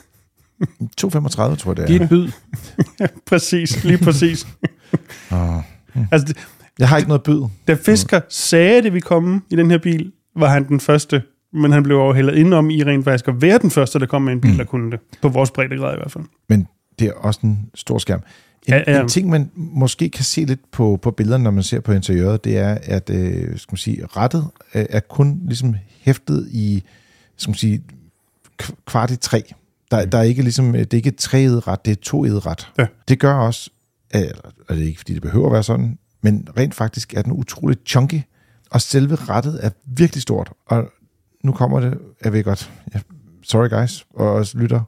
to femogtredive, tror jeg, det er. Giv et byd. Ja, præcis, lige præcis. oh. hmm. altså, det, jeg har ikke noget byd. Da Fisker sagde, det ville komme i den her bil, var han den første, men han blev overhældet indenom i rent faktisk at være den første, der kom med en bil, mm. der kunne det. På vores breddegrad i hvert fald. Men det er også en stor skærm. En, ja, ja. en ting, man måske kan se lidt på, på billederne, når man ser på interiøret, det er, at øh, skal man sige, rattet er kun ligesom hæftet i skal man sige, kvart i tre. Der, der er ikke ligesom, det er ikke et treedet ret, det er et toedet ret. Ja. Det gør også, eller det er ikke fordi det behøver at være sådan, men rent faktisk er den utroligt chunky, og selve rettet er virkelig stort. Og nu kommer det, jeg ved godt, ja, sorry guys, og også lytter,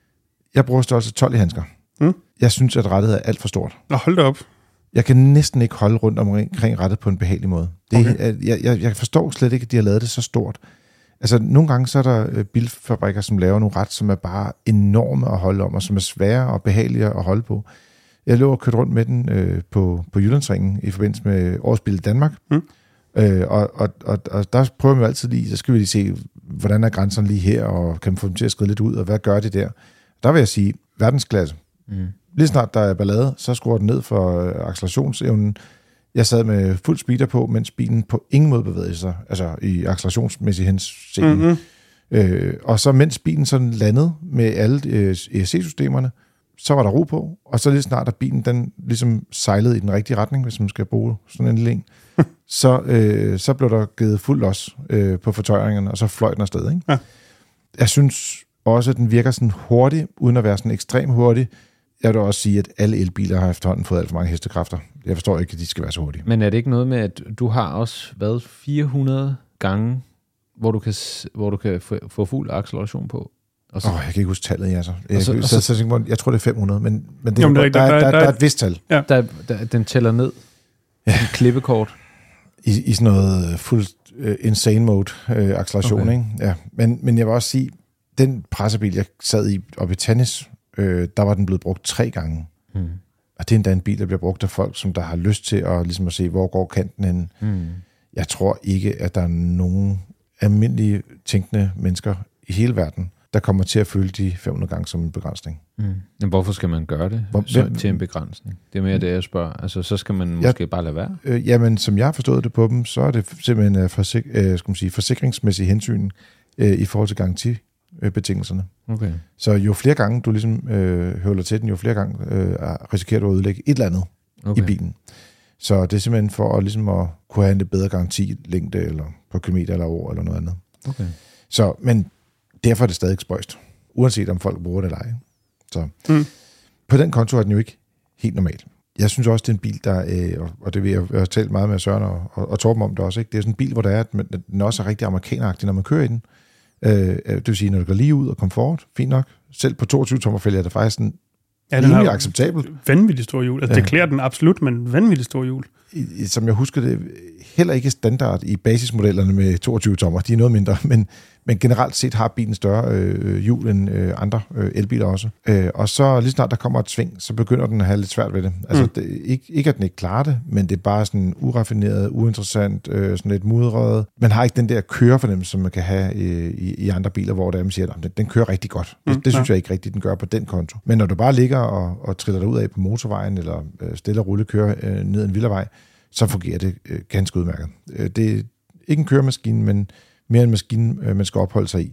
jeg bruger størrelse tolv i handsker. Mm. Jeg synes, at rettet er alt for stort. Nå, hold da op. Jeg kan næsten ikke holde rundt omkring rettet på en behagelig måde. Det, okay. jeg, jeg, jeg forstår slet ikke, at de har lavet det så stort. Altså, nogle gange så er der bilfabrikker, som laver nogle ret, som er bare enorme at holde om, og som er svære og behagelige at holde på. Jeg lå og kørte rundt med den øh, på, på Jyllandsringen i forbindelse med Årets Bil i Danmark. Mm. Øh, og, og, og, og der prøver vi altid lige, så skal vi lige se, hvordan er grænserne lige her, og kan man få dem til at skride lidt ud, og hvad gør det der? Der vil jeg sige, verdensklasse. Mm. Lige snart der er ballade, så skruer den ned for øh, accelerationsevnen. Jeg sad med fuld speeder på, mens bilen på ingen måde bevægede sig, altså i accelerationsmæssig henseende. Mm-hmm. Øh, og så mens bilen sådan landede med alle øh, E S C-systemerne, så var der ro på, og så lige snart, at bilen den ligesom sejlede i den rigtige retning, hvis man skal bruge sådan en lille en, så, øh, så blev der givet fuld los øh, på fortøjringerne, og så fløj den afsted. Ikke? Ja. Jeg synes også, at den virker sådan hurtig, uden at være sådan ekstremt hurtig. Jeg vil også sige, at alle elbiler har efterhånden fået alt for mange hestekræfter. Jeg forstår ikke, at de skal være så hurtige. Men er det ikke noget med, at du har også været fire hundrede gange, hvor du kan, hvor du kan få, få fuld acceleration på? Åh, oh, jeg kan ikke huske tallet, ja, så. Jeg, så, så, så, så, jeg tror, det er fem hundrede, men, men det, Jamen, der, der, der, der, der, der er et vist tal. Ja. Der, der, den tæller ned. Ja. En klippekort. I, I sådan noget fuld uh, insane mode uh, acceleration, okay. Ikke? Ja. Men, men jeg vil også sige, den pressebil, jeg sad i oppe i Tannis, øh, der var den blevet brugt tre gange. Hmm. Og det er endda en bil, der bliver brugt af folk, som der har lyst til at, ligesom at se, hvor går kanten hen. Hmm. Jeg tror ikke, at der er nogen almindelige tænkende mennesker i hele verden, der kommer til at føle de fem hundrede gange som en begrænsning. Mm. Men hvorfor skal man gøre det Hvor, så, til en begrænsning? Det er mere det, jeg spørger. Altså, så skal man måske ja, bare lade være? Øh, jamen, som jeg har forstået det på dem, så er det simpelthen uh, forsik- uh, skal man sige, forsikringsmæssige hensyn uh, i forhold til garantibetingelserne. Okay. Så jo flere gange du ligesom uh, høvler til den, jo flere gange uh, risikerer du at ødelægge et eller andet okay. i bilen. Så det er simpelthen for at, ligesom at kunne have en lidt bedre garantilængde, eller på kilometer eller år, eller noget andet. Okay. Så, men derfor er det stadig spøjst, uanset om folk bruger det eller ej. Så mm. på den konto er den jo ikke helt normal. Jeg synes også, det er en bil, der, øh, og det vil jeg, jeg har talt meget med Søren og, og, og Torben om det også, ikke? Det er sådan en bil, hvor der er, at den også er rigtig amerikaneragtig, når man kører i den. Øh, det vil sige, når det går lige ud og komfort, fint nok. Selv på toogtyve tommer fælge er det faktisk en ja, den rimelig acceptabel. Vanvittigt stor hjul. Altså, ja. Det klæder den absolut, men vanvittigt stor hjul. I, som jeg husker det, heller ikke standard i basismodellerne med toogtyve tommer. De er noget mindre, men, men generelt set har bilen større øh, hjul end øh, andre øh, elbiler også. Øh, og så lige snart der kommer et sving, så begynder den at have lidt svært ved det. Altså mm. det, ikke, ikke at den ikke klarer det, men det er bare sådan uraffineret, uinteressant, øh, sådan lidt mudret. Man har ikke den der kørefornemmelse, som man kan have øh, i, i andre biler, hvor der man siger, at den, den kører rigtig godt. Det, mm, det synes ja. jeg ikke rigtigt, den gør på den konto. Men når du bare ligger og, og triller dig ud af på motorvejen, eller øh, stille og rulle kører øh, ned en villavej, så fungerer det øh, ganske udmærket. Øh, det er ikke en køremaskine, men mere en maskine, øh, man skal opholde sig i.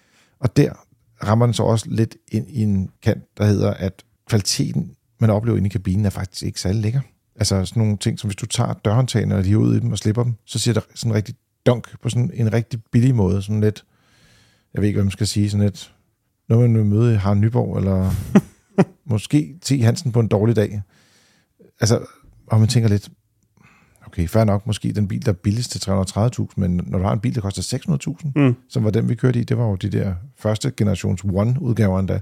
Og der rammer den så også lidt ind i en kant, der hedder, at kvaliteten, man oplever inde i kabinen, er faktisk ikke særlig lækker. Altså sådan nogle ting, som hvis du tager dørhåndtagene og de er ude i dem og slipper dem, så siger der sådan en rigtig dunk på sådan en rigtig billig måde. Sådan lidt, jeg ved ikke, hvad man skal sige, sådan lidt, når man vil møde Harald Nyborg, eller måske T. Hansen på en dårlig dag. Altså, og man tænker lidt, okay, fair nok, måske den bil, der er billigst til tre hundrede og tredive tusind, men når du har en bil, der koster seks hundrede tusind, mm. som var den, vi kørte i, det var jo de der første generations One-udgaver endda,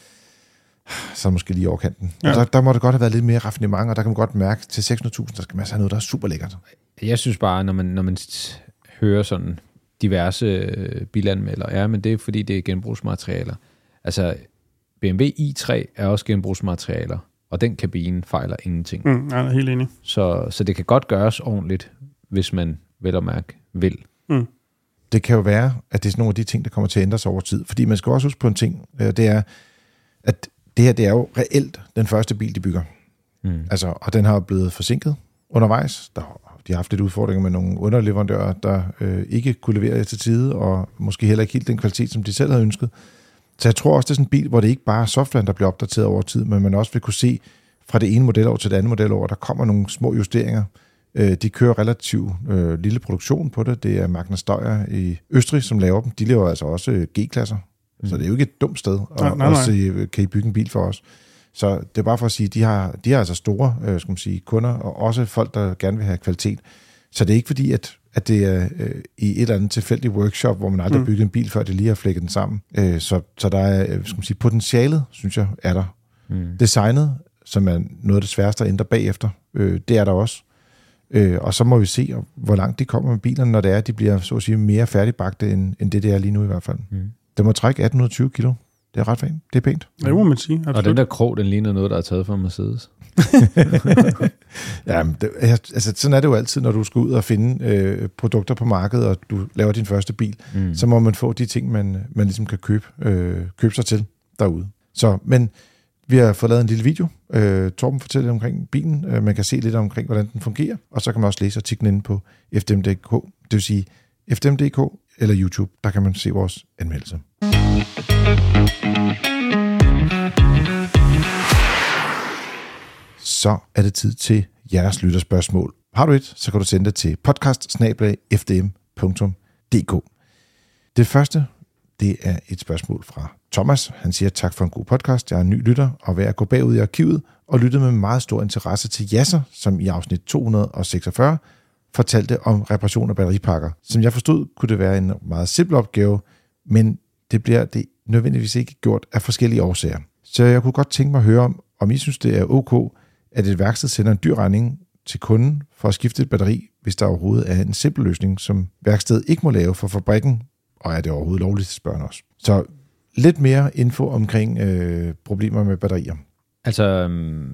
så måske lige over kanten. Ja. Der, der må det godt have været lidt mere raffinement, og der kan man godt mærke, til seks hundrede tusind, der skal man have noget, der er super lækkert. Jeg synes bare, når man, når man hører sådan diverse bilanmeldere, ja, men det er fordi, det er genbrugsmaterialer. Altså, B M W i tre er også genbrugsmaterialer, og den kabine fejler ingenting. Mm, jeg er helt enig. Så, så det kan godt gøres ordentligt, hvis man vel og mærke vil. Mm. Det kan jo være, at det er sådan nogle af de ting, der kommer til at ændre sig over tid. Fordi man skal også huske på en ting, det er, at det her det er jo reelt den første bil, de bygger. Mm. Altså, og den har blevet forsinket undervejs. Der, de har haft lidt udfordringer med nogle underleverandører, der øh, ikke kunne levere til tide, og måske heller ikke helt den kvalitet, som de selv havde ønsket. Så jeg tror også, det er sådan en bil, hvor det ikke bare er softwaren, der bliver opdateret over tid, men man også vil kunne se fra det ene modelår til det andet modelår, der kommer nogle små justeringer. De kører relativt øh, lille produktion på det. Det er Magna Steyr i Østrig, som laver dem. De laver altså også G-klasser. Mm. Så det er jo ikke et dumt sted at, nej, nej, nej. at sige, kan I bygge en bil for os? Så det er bare for at sige, at de har, de har altså store øh, skal man sige, kunder, og også folk, der gerne vil have kvalitet. Så det er ikke fordi, at, at det er øh, i et eller andet tilfældigt workshop, hvor man aldrig mm. har bygget en bil, før det lige har flækket den sammen. Øh, så, så der er, øh, skal man sige, potentialet, synes jeg, er der. Mm. Designet, som er noget af det sværeste at ændre bagefter, øh, det er der også. Øh, og så må vi se, hvor langt de kommer med bilerne, når det er, at de bliver så at sige, mere færdigbagte, end, end det, det er lige nu i hvert fald. Mm. Det må trække atten tyve kilo. Det er ret fint. Det er pænt. Ja, det må man sige. Absolut. Og den der krog, den ligner noget, der er taget fra Mercedes. Ja, det, altså, sådan er det jo altid, når du skal ud og finde øh, produkter på markedet, og du laver din første bil, mm. så må man få de ting, man, man ligesom kan købe, øh, købe sig til derude. Så, men vi har fået lavet en lille video. Øh, Torben fortæller lidt omkring bilen. Øh, man kan se lidt omkring, hvordan den fungerer, og så kan man også læse artiklen inde på F D M punktum d k. Det vil sige F D M punktum d k eller YouTube. Der kan man se vores anmeldelse. Så er det tid til jeres lytterspørgsmål. Har du et, så kan du sende det til podcast snabel-a f d m punktum d k. Det første, det er et spørgsmål fra Thomas. Han siger, tak for en god podcast. Jeg er en ny lytter, og ved at gå bagud i arkivet og lytte med meget stor interesse til Yasser, som i afsnit to hundrede og seksogfyrre fortalte om reparation af batteripakker. Som jeg forstod, kunne det være en meget simpel opgave, men det bliver det nødvendigvis ikke gjort af forskellige årsager. Så jeg kunne godt tænke mig at høre om, om I synes, det er ok, at et værksted sender en dyr regning til kunden for at skifte et batteri, hvis der overhovedet er en simpel løsning, som værkstedet ikke må lave for fabrikken, og er det overhovedet lovligt, spørger os. Så lidt mere info omkring øh, problemer med batterier. Altså,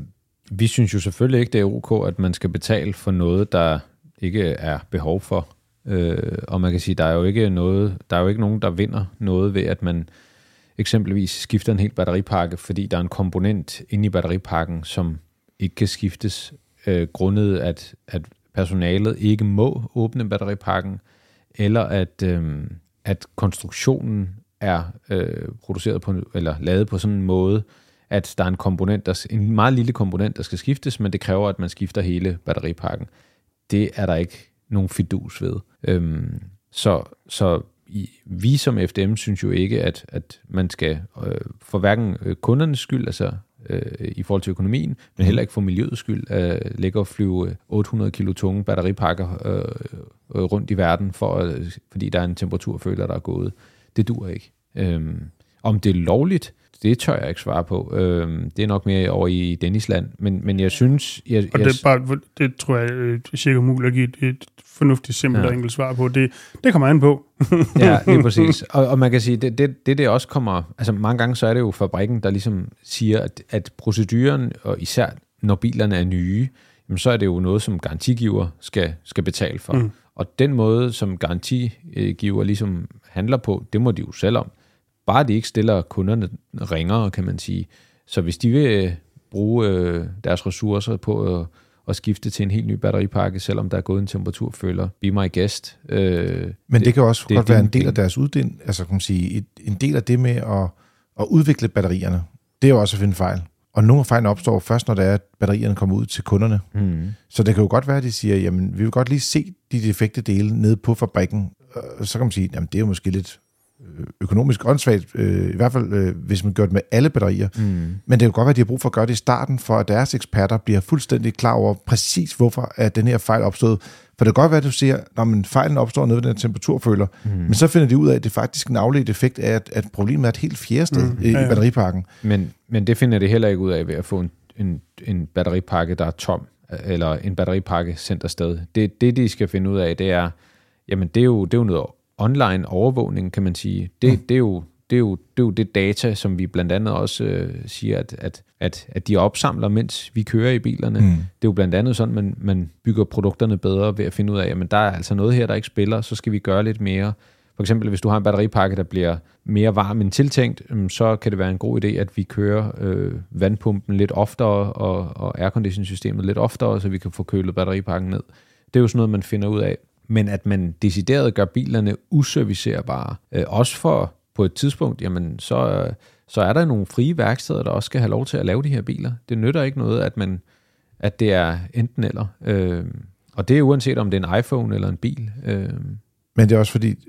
vi synes jo selvfølgelig ikke, det er ok, at man skal betale for noget, der ikke er behov for. Øh, og man kan sige, der er jo ikke noget, der er jo ikke nogen, der vinder noget ved, at man eksempelvis skifter en hel batteripakke, fordi der er en komponent inde i batteripakken, som ikke kan skiftes, øh, grundet at, at personalet ikke må åbne batteripakken, eller at, øh, at konstruktionen er øh, produceret på, eller lavet på sådan en måde, at der er en komponent, der, en meget lille komponent, der skal skiftes, men det kræver, at man skifter hele batteripakken. Det er der ikke nogen fidus ved. Øhm, så så i, vi som F D M synes jo ikke, at, at man skal øh, for hverken kundernes skyld, altså øh, i forhold til økonomien, men heller ikke for miljøets skyld, øh, lægge og flyve otte hundrede kilo tunge batteripakker øh, rundt i verden, for, øh, fordi der er en temperaturføler, der er gået. Det dur ikke. Øhm, om det er lovligt, det tør jeg ikke svare på. Øhm, det er nok mere over i Dennisland, men, men jeg synes... Jeg, og jeg, det, er bare, det tror jeg er cirka umuligt at give et, et fornuftigt, simpelt ja. og enkelt svar på. Det, det kommer an på. Ja, lige præcis. Og, og man kan sige, det, det, det det også kommer... Altså mange gange så er det jo fabrikken, der ligesom siger, at, at proceduren, og især når bilerne er nye, jamen, så er det jo noget, som garantigiver skal, skal betale for. Mm. Og den måde, som garantigiver ligesom handler på, det må de jo selv om. Bare de ikke stiller kunderne ringere, kan man sige. Så hvis de vil bruge øh, deres ressourcer på at, at skifte til en helt ny batteripakke, selvom der er gået en temperaturføler, be my guest. Øh, Men det, det kan også det, godt det, være en del af deres uddel, altså kan man sige, et, en del af det med at, at udvikle batterierne. Det er jo også at finde fejl. Og nogle af fejlene opstår først, når det er, at batterierne kommer ud til kunderne. Mm. Så det kan jo godt være, at de siger, jamen vi vil godt lige se de defekte dele nede på fabrikken. Så kan man sige, jamen det er jo måske lidt økonomisk åndssvagt, øh, i hvert fald øh, hvis man gør det med alle batterier. Mm. Men det kan godt være, at de har brug for at gøre det i starten, for at deres eksperter bliver fuldstændig klar over præcis, hvorfor at den her fejl opstod. For det kan godt være, at du siger, at fejlen opstår nede ved den temperaturføler, mm. men så finder de ud af, at det faktisk er en afledt effekt af, at, at problemet er et helt fjerde sted mm. i, ja, ja. i batteripakken. Men, men det finder det heller ikke ud af ved at få en, en, en batteripakke, der er tom, eller en batteripakke sendt afsted. Det, det, de skal finde ud af, det er, jamen det er jo, det er jo noget online overvågning, kan man sige. Det, mm. det, er jo, det, er jo, det er jo det data, som vi blandt andet også øh, siger, at, at, at, at de opsamler, mens vi kører i bilerne. Mm. Det er jo blandt andet sådan, man, man bygger produkterne bedre ved at finde ud af, at der er altså noget her, der ikke spiller, så skal vi gøre lidt mere. For eksempel, hvis du har en batteripakke, der bliver mere varm end tiltænkt, så kan det være en god idé, at vi kører øh, vandpumpen lidt oftere og, og aircondition-systemet lidt oftere, så vi kan få kølet batteripakken ned. Det er jo sådan noget, man finder ud af. Men at man decideret gør bilerne uservicerbare, øh, også for på et tidspunkt, jamen så, øh, så er der nogle frie værksteder, der også skal have lov til at lave de her biler. Det nytter ikke noget, at, man, at det er enten eller. Øh, og det er uanset om det er en iPhone eller en bil. Øh. Men det er også fordi,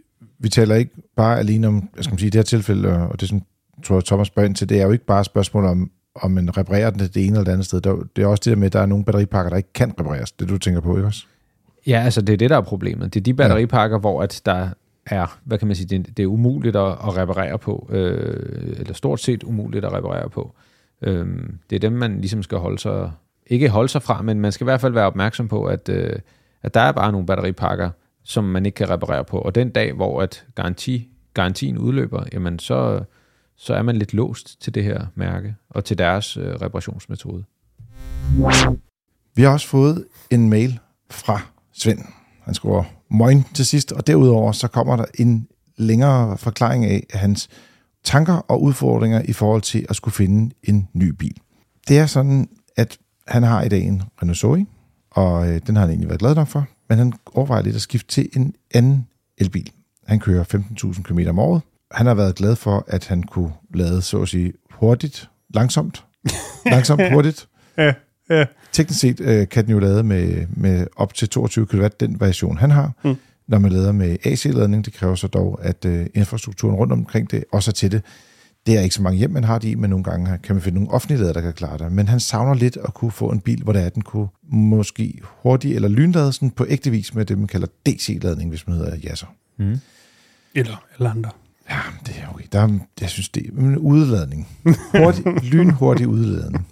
vi taler ikke bare alene om, jeg skal sige, det her tilfælde, og det som tror jeg, Thomas spørger ind til, det er jo ikke bare et spørgsmål om, om man reparerer den det ene eller det andet sted. Det er også det der med, at der er nogle batteripakker, der ikke kan repareres. Det du tænker på, ikke også? Ja, altså det er det, der er problemet. Det er de batteripakker, ja. hvor at der er, hvad kan man sige, det, det er umuligt at, at reparere på, øh, eller stort set umuligt at reparere på. Øh, det er dem, man ligesom skal holde sig, ikke holde sig fra, men man skal i hvert fald være opmærksom på, at, øh, at der er bare nogle batteripakker, som man ikke kan reparere på. Og den dag, hvor at garanti, garantien udløber, jamen så, så er man lidt låst til det her mærke, og til deres øh, reparationsmetode. Vi har også fået en mail fra Svend. Han skriver moin til sidst, og derudover så kommer der en længere forklaring af hans tanker og udfordringer i forhold til at skulle finde en ny bil. Det er sådan, at han har i dag en Renault Zoe, og øh, den har han egentlig været glad nok for, men han overvejer lidt at skifte til en anden elbil. Han kører femten tusind kilometer om året. Han har været glad for, at han kunne lade, så at sige, hurtigt, langsomt, langsomt, hurtigt. Ja, ja. Teknisk set øh, kan den jo lade med, med op til toogtyve kilowatt, den variation han har. Mm. Når man lader med A C-ladning, det kræver så dog, at øh, infrastrukturen rundt omkring det også er til det. Det er ikke så mange hjem, man har det i, men nogle gange kan man finde nogle offentlige lader, der kan klare det. Men han savner lidt at kunne få en bil, hvor der er, den kunne måske hurtigt eller lynlade sådan på ægte vis med det, man kalder D C-ladning, hvis man hedder jasser. Mm. Eller, eller andre. Ja, det er okay. Der er, jeg synes, det er en udladning. Hurtig, lynhurtig udladning.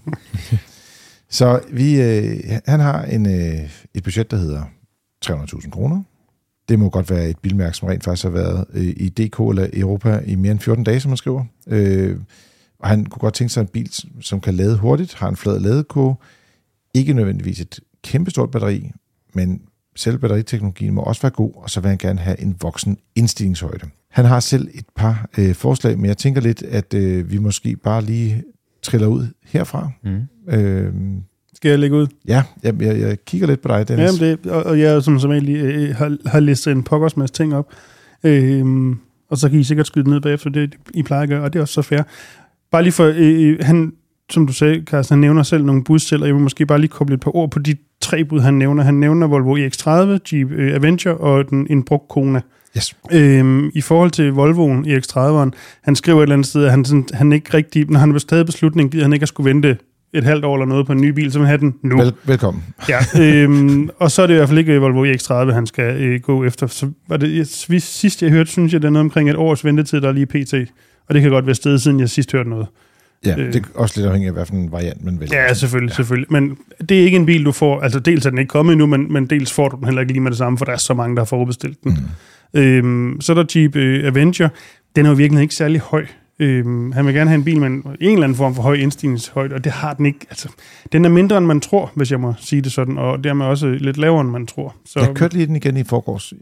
Så vi, øh, han har en, øh, et budget, der hedder tre hundrede tusind kroner. Det må godt være et bilmærke, som rent faktisk har været øh, i D K eller Europa i mere end fjorten dage, som man skriver. Øh, og han kunne godt tænke sig en bil, som kan lade hurtigt, har en flad ladekurve, ikke nødvendigvis et kæmpestort batteri, men selv batteriteknologien må også være god, og så vil han gerne have en voksen indstillingshøjde. Han har selv et par øh, forslag, men jeg tænker lidt, at øh, vi måske bare lige triller ud herfra. Mm. Øh, Skal jeg lægge ud? Ja, jeg, jeg, jeg kigger lidt på dig, Dennis. Jamen det, og, og jeg som som egentlig øh, har, har listet en pokkers masse ting op, øh, og så kan I sikkert skyde ned bagefter, det I plejer at gøre, og det er også så fair. Bare lige for, øh, han, som du sagde, Carsten, han nævner selv nogle bud selv, og jeg vil måske bare lige koble et par ord på de tre bud, han nævner. Han nævner Volvo E X tredive, Jeep øh, Avenger og den, en brugt Kona. Yes. Øhm, I forhold til Volvoen E X tredive'eren, han skriver et eller andet sted, at han, sådan, han ikke rigtig, når han har taget beslutningen, gider han ikke at skulle vente et halvt år eller noget på en ny bil, så vil han have den nu. Vel, velkommen. Ja, øhm, og så er det i hvert fald ikke Volvo E X tredive, han skal øh, gå efter. Så var det, jeg, sidst jeg hørte, synes jeg, det er noget omkring et års ventetid, der er lige pt. Og det kan godt være sted, siden jeg sidst hørte noget. Ja, øh, det er også lidt afhængigt af, hvad for en variant man vælger. Ja, selvfølgelig, ja. selvfølgelig. Men det er ikke en bil, du får, altså dels er den ikke kommet endnu, men, men dels får du den heller ikke lige med det samme, for der er så mange, der har forudbestilt den. Mm. Øhm, så er der Jeep øh, Avenger. Den er jo virkelig ikke særlig høj. Øhm, han vil gerne have en bil med en, en eller anden form for høj indstigningshøjde, og det har den ikke. Altså, den er mindre, end man tror, hvis jeg må sige det sådan, og dermed også lidt lavere, end man tror. Så, jeg kørte lige den igen i forgårs.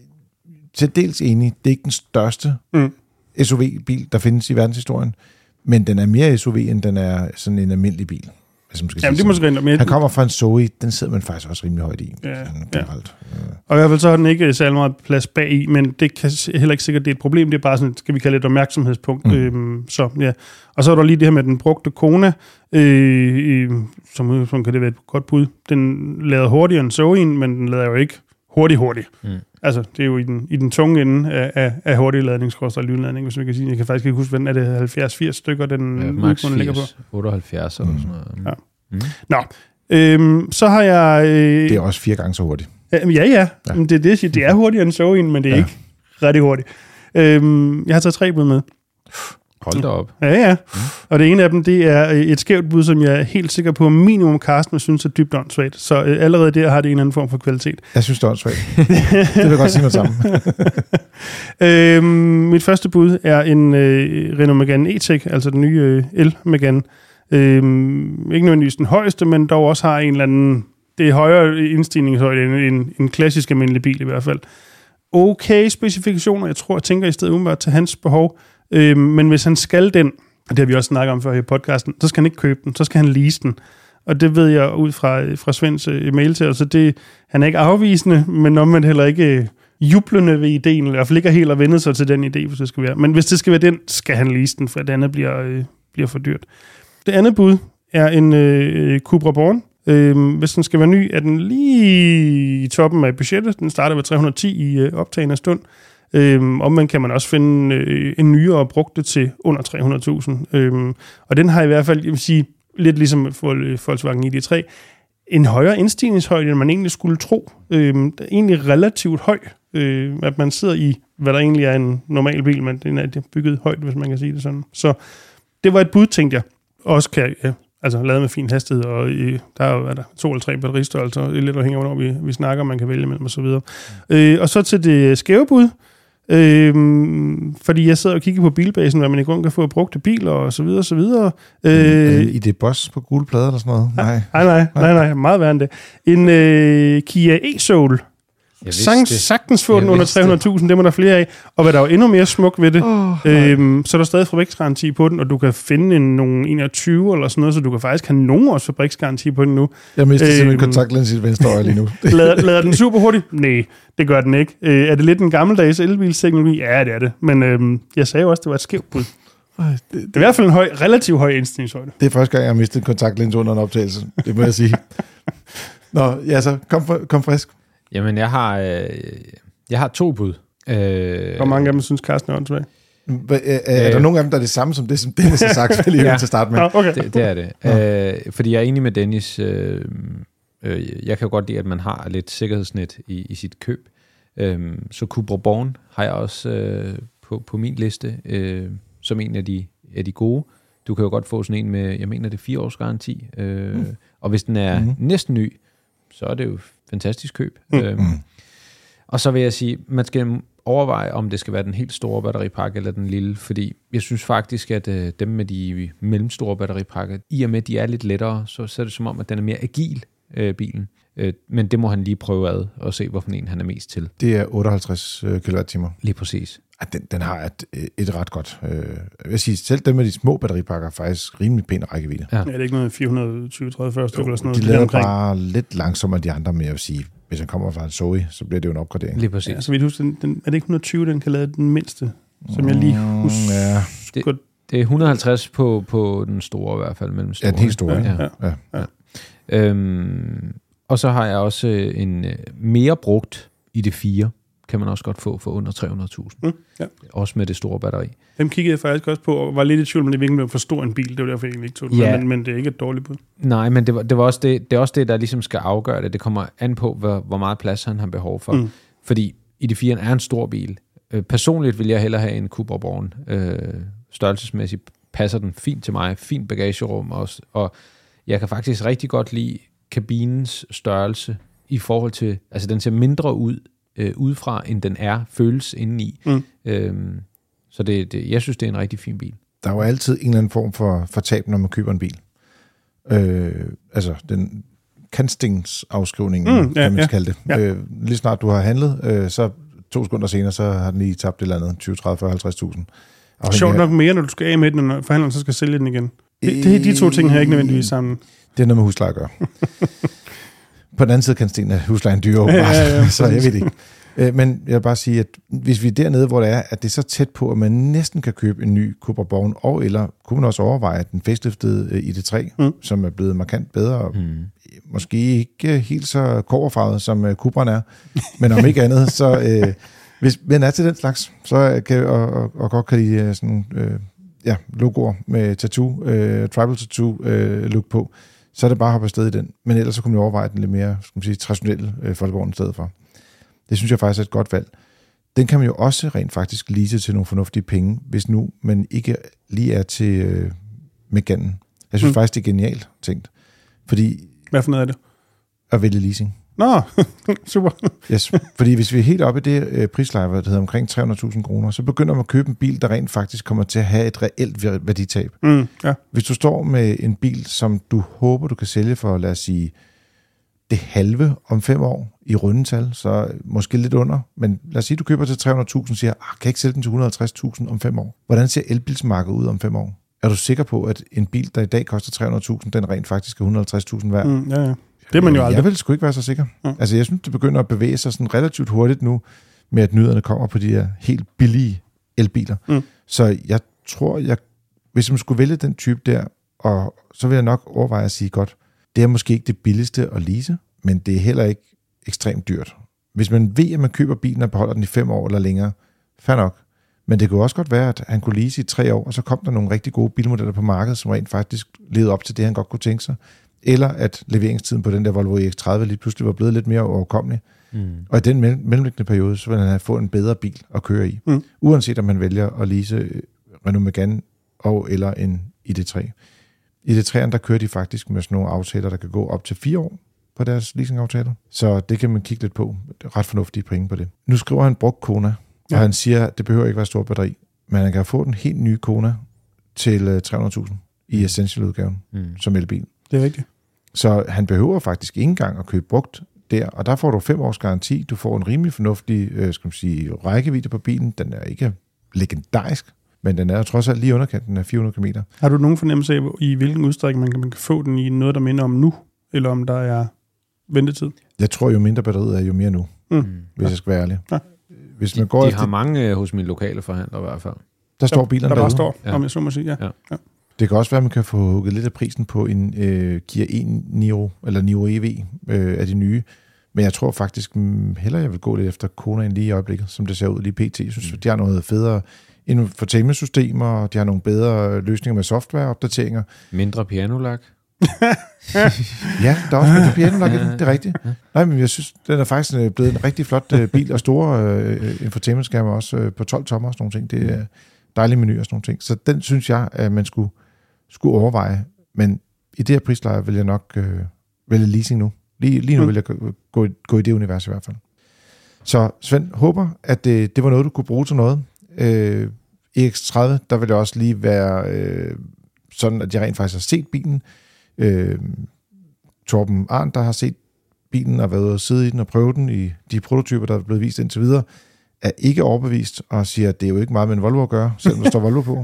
Til dels enig, det er ikke den største mm. S U V-bil, der findes i verdenshistorien, men den er mere S U V, end den er sådan en almindelig bil. Altså, måske Jamen, det måske rent, men han kommer fra en Zoe, den sidder man faktisk også rimelig højt i. Ja, sådan, ja. Ja. Og i hvert fald så har den ikke særlig meget plads bag i, men det kan heller ikke sikkert, det er et problem. Det er bare sådan, skal vi kalde det et opmærksomhedspunkt. Mm. Øhm, så, ja. Og så er der lige det her med den brugte Kona, øh, som, som kan det være et godt bud. Den lader hurtigere end Zoe'en, men den lader jo ikke hurtigt hurtigt. Mm. Altså, det er jo i den, i den tunge ende af, af, af hurtig ladningskost og lynladning, hvis man kan sige. Jeg kan faktisk ikke huske, hvad er det, halvfjerds firs stykker, den ja, max ligger på? otteoghalvfjerds eller mm. sådan noget. Ja. Mm. Nå, øhm, så har jeg... Øh, det er også fire gange så hurtigt. Ja, ja. ja. Det, det, det er hurtigere end Zoe'en, men det er ja. ikke rigtig hurtigt. Øhm, jeg har taget tre bud med. Hold da op. Ja, ja. Mm. Og det ene af dem, det er et skævt bud, som jeg er helt sikker på, minimum Carsten synes er dybt åndssvagt. Så øh, allerede der har det en eller anden form for kvalitet. Jeg synes, det er åndssvagt. Det vil jeg godt sige mig sammen. øhm, mit første bud er en øh, Renault Megane E-Tech, altså den nye øh, el-Megane. Øhm, ikke nødvendigvis den højeste, men dog også har en eller anden... Det er højere indstigningshøjde end en, en klassisk almindelig bil i hvert fald. Okay specifikationer, jeg tror, jeg tænker i stedet umiddelbart til hans behov. Øhm, men hvis han skal den, og det har vi også snakket om før i podcasten, så skal han ikke købe den, så skal han lease den. Og det ved jeg ud fra, fra Svends uh, mail til, altså det, han er ikke afvisende, men omvendt heller ikke uh, jublende ved ideen, eller i hvert fald ikke helt at vende sig til den idé, hvis det skal være. Men hvis det skal være den, skal han lease den, for det andet bliver, uh, bliver for dyrt. Det andet bud er en uh, Cupra Born. Uh, hvis den skal være ny, er den lige i toppen af budgettet. Den starter ved tre hundrede og ti i uh, optagende stund. Øhm, og man kan man også finde øh, en nyere og brugte til under tre hundrede tusind. Øhm, og den har i hvert fald, jeg vil sige, lidt ligesom Volkswagen I D tre, en højere indstigningshøjde, end man egentlig skulle tro. Øhm, det er egentlig relativt høj, øh, at man sidder i, hvad der egentlig er en normal bil, men den er bygget højt, hvis man kan sige det sådan. Så det var et bud, tænkte jeg. Også kan ja, altså lavet med fin hastighed, og øh, der er jo er der to eller tre batteristørrelser, det er lidt afhængig af, hvornår vi, vi snakker, man kan vælge mellem og så videre. Mm. Øh, og så til det skæve bud, Øhm, fordi jeg sidder og kigger på bilbasen, hvad man i grund kan få brugte biler og så videre og så videre. Øh, I det boss på gule plader eller sådan noget? Nej, nej, nej, nej, nej meget værre end det. En øh, Kia e-Soul. Sang, sagtens få den under tre hundrede tusind, det må der flere af. Og hvad der er jo endnu mere smuk ved det, oh, øhm, så er der stadig fabriksgaranti på den, og du kan finde en, nogle enogtyve eller sådan noget, så du kan faktisk have nogen års fabriksgaranti på den nu. Jeg mister øhm, simpelthen kontaktlinsen i det venstre øje lige nu. lader, lader den super hurtigt? Nej, det gør den ikke. Øh, er det lidt en gammeldags elbilsteknologi? Ja, det er det. Men øhm, jeg sagde jo også, det var et skævt bud. Det, det, det er i hvert fald en høj, relativt høj indstigningshøjde. Det er første gang, jeg har mistet en kontaktlinse under en optagelse. Det må jeg sige. Nå, ja, så kom, kom frisk. Jamen, jeg har, øh, jeg har to bud. Øh, Hvor mange af dem synes Carsten er åndssvagt? Er, er øh, der nogle af dem, der er det samme som det, som Dennis har sagt, lige ja. til at starte med? Ah, okay. det, det er det. Ja. Øh, fordi jeg er enig med Dennis. Øh, øh, jeg kan jo godt lide, at man har lidt sikkerhedsnet i, i sit køb. Øh, så Cupra Born har jeg også øh, på, på min liste, øh, som en af de, af de gode. Du kan jo godt få sådan en med, jeg mener, det er fire års garanti. Øh, mm. Og hvis den er mm. næsten ny, så er det jo fantastisk køb. Mm. Øhm, og så vil jeg sige, man skal overveje, om det skal være den helt store batteripakke eller den lille, fordi jeg synes faktisk, at øh, dem med de mellemstore batteripakker, i og med, at de er lidt lettere, så, så er det som om, at den er mere agil, øh, bilen. Øh, men det må han lige prøve ad og se, hvorfor en han er mest til. Det er otteoghalvtreds kilowatt-timer. Lige præcis. Den, den har et, et ret godt. Øh, jeg vil sige, selv dem med de små batteripakker er faktisk rimelig pæn rækkevidde. Ja. Ja, det er ikke noget fire hundrede tyve tredive fyrre stykker eller sådan noget. De lader bare lidt langsommere end de andre, men jeg vil sige, hvis han kommer fra en Zoe, så bliver det jo en opgradering. Lige præcis. Ja, så vidt huske, den, den, er det ikke et hundrede og tyve, den kan lade den mindste, som jeg lige husker? Ja. Det, det er et hundrede og halvtreds på, på den store i hvert fald, mellem store. Ja, den helt store. Ja, ja. Ja. Ja. Ja. Øhm, og så har jeg også en mere brugt I D fire, kan man også godt få for under tre hundrede tusind. Mm, ja. Også med det store batteri. Dem kiggede jeg faktisk også på, og var lidt i tvivl, men det virkelig blev for stor en bil. Det var derfor, jeg egentlig ikke tog det. Ja. Men, men det er ikke et dårligt bud. Nej, men det, var, det, var også det, det er også det, der ligesom skal afgøre det. Det kommer an på, hvor, hvor meget plads han har behov for. Mm. Fordi I D fire er en stor bil. Øh, personligt vil jeg hellere have en Cupra Born. Øh, størrelsesmæssigt passer den fint til mig. Fint bagagerum også. Og jeg kan faktisk rigtig godt lide kabinens størrelse i forhold til, altså den ser mindre ud øh, udefra, end den er, føles indeni. Mm. Øhm, så det, det, jeg synes, det er en rigtig fin bil. Der er jo altid en eller anden form for, for tab, når man køber en bil. Øh, altså, den kantstensafskrivningen, mm, ja, kan man ja, kalde det. Ja. Øh, lige snart du har handlet, øh, så to sekunder senere, så har den lige tabt et eller andet, tyve, tredive, fyrre, halvtreds tusind. Sjovt nok mere, når du skal af med den, når forhandleren så skal sælge den igen. Det, det, de to ting har ikke nødvendigvis sammen. Det er noget med husleje at gøre. På den anden side kan sten af huslejen dyre, ja, ja, ja, så jeg ved ikke. Men jeg vil bare sige, at hvis vi er dernede, hvor det er, at det er så tæt på, at man næsten kan købe en ny Cupra Born, og eller kunne man også overveje den faceliftede I D tre, mm. som er blevet markant bedre, og mm. måske ikke helt så kobberfarvet, som Cupraen er, men om ikke andet, så øh, hvis man er til den slags, så kan og, og, og godt kan de sådan, øh, ja, logoer med tattoo, øh, tribal tattoo øh, look på, så er det bare at hoppe afsted i den. Men ellers så kunne man overveje den lidt mere, skal man sige, traditionelle øh, folkevogn i stedet for. Det synes jeg faktisk er et godt valg. Den kan man jo også rent faktisk lease til nogle fornuftige penge, hvis nu man ikke lige er til øh, Meganen. Jeg synes mm. faktisk, det er genialt tænkt. Fordi hvad for noget er det? At vælge leasing. Nå, super. Yes, fordi hvis vi er helt oppe i det øh, prisleje, der hedder omkring tre hundrede tusind kroner, så begynder man at købe en bil, der rent faktisk kommer til at have et reelt værditab. Mm, ja. Hvis du står med en bil, som du håber, du kan sælge for, lad os sige, det halve om fem år i rundetal, så måske lidt under, men lad os sige, du køber til tre hundrede tusind og siger, ah, kan jeg ikke sælge den til et hundrede og halvtreds tusind om fem år? Hvordan ser elbilsmarkedet ud om fem år? Er du sikker på, at en bil, der i dag koster tre hundrede tusind, den rent faktisk er et hundrede og halvtreds tusind værd? Mm, ja, ja. Det er man jo aldrig. Jeg vil sgu ikke være så sikker. Mm. Altså, jeg synes, det begynder at bevæge sig sådan relativt hurtigt nu, med at nyhederne kommer på de her helt billige elbiler. Mm. Så jeg tror, jeg, hvis man skulle vælge den type der, og så vil jeg nok overveje at sige, godt, det er måske ikke det billigste at lease, men det er heller ikke ekstremt dyrt. Hvis man ved, at man køber bilen og beholder den i fem år eller længere, fair nok. Men det kunne også godt være, at han kunne lease i tre år, og så kom der nogle rigtig gode bilmodeller på markedet, som rent faktisk levede op til det, han godt kunne tænke sig. Eller at leveringstiden på den der Volvo E X tredive lige pludselig var blevet lidt mere overkommelig. Mm. Og i den mellemliggende periode, så vil han have fået en bedre bil at køre i. Mm. Uanset om man vælger at lease Renault Megane og eller en I D tre. I D tre'eren, der kører de faktisk med sådan nogle aftaler, der kan gå op til fire år på deres leasingaftaler. Så det kan man kigge lidt på. Ret fornuftige penge på det. Nu skriver han brugt Kona, og ja. han siger, at det behøver ikke være stort batteri, men han kan få den helt nye Kona til tre hundrede tusind i Essential-udgaven mm. som elbil. Det er rigtigt. Så han behøver faktisk ikke engang at købe brugt der, og der får du fem års garanti. Du får en rimelig fornuftig øh, skal man sige, rækkevidde på bilen. Den er ikke legendarisk, men den er trods alt lige underkanten af fire hundrede kilometer. Har du nogen fornemmelse af, i hvilken udstrækning man kan, man kan få den i noget, der minder om nu, eller om der er ventetid? Jeg tror, jo mindre batteriet er, jo mere nu, mm. hvis ja. jeg skal være ærlig. Ja. Hvis man går de efter... har mange hos mine lokale forhandlere i hvert fald. Der står bilerne der derude. Der står, ja. om jeg så må sige, ja. ja. ja. Det kan også være, at man kan få hugget lidt af prisen på en øh, Kia e Niro, eller Niro E V øh, af de nye. Men jeg tror faktisk mm, hellere, jeg vil gå lidt efter Konaen lige i øjeblikket, som det ser ud lige pt. Jeg synes, mm. de har noget federe infotainmentsystemer, de har nogle bedre løsninger med softwareopdateringer. Mindre pianolak. Ja, der er også mindre pianolak i den, det er rigtigt. Nej, men jeg synes, den er faktisk blevet en rigtig flot øh, bil, og store øh, infotainmentskærmer også øh, på tolv tommer og sådan nogle ting. Det er dejlige menuer og sådan nogle ting. Så den synes jeg, at man skulle, skulle overveje. Men i det her prisleje vil jeg nok øh, vælge leasing nu. Lige, lige nu mm. vil jeg gå, gå i det univers i hvert fald. Så Svend, håber, at det, det var noget, du kunne bruge til noget. Øh, E X tredive, der vil det også lige være øh, sådan, at jeg rent faktisk har set bilen. Øh, Torben Arndt, der har set bilen og været ude og sidde i den og prøve den i de prototyper, der er blevet vist indtil videre, er ikke overbevist og siger, at det er jo ikke meget med en Volvo at gøre, selvom der står Volvo på.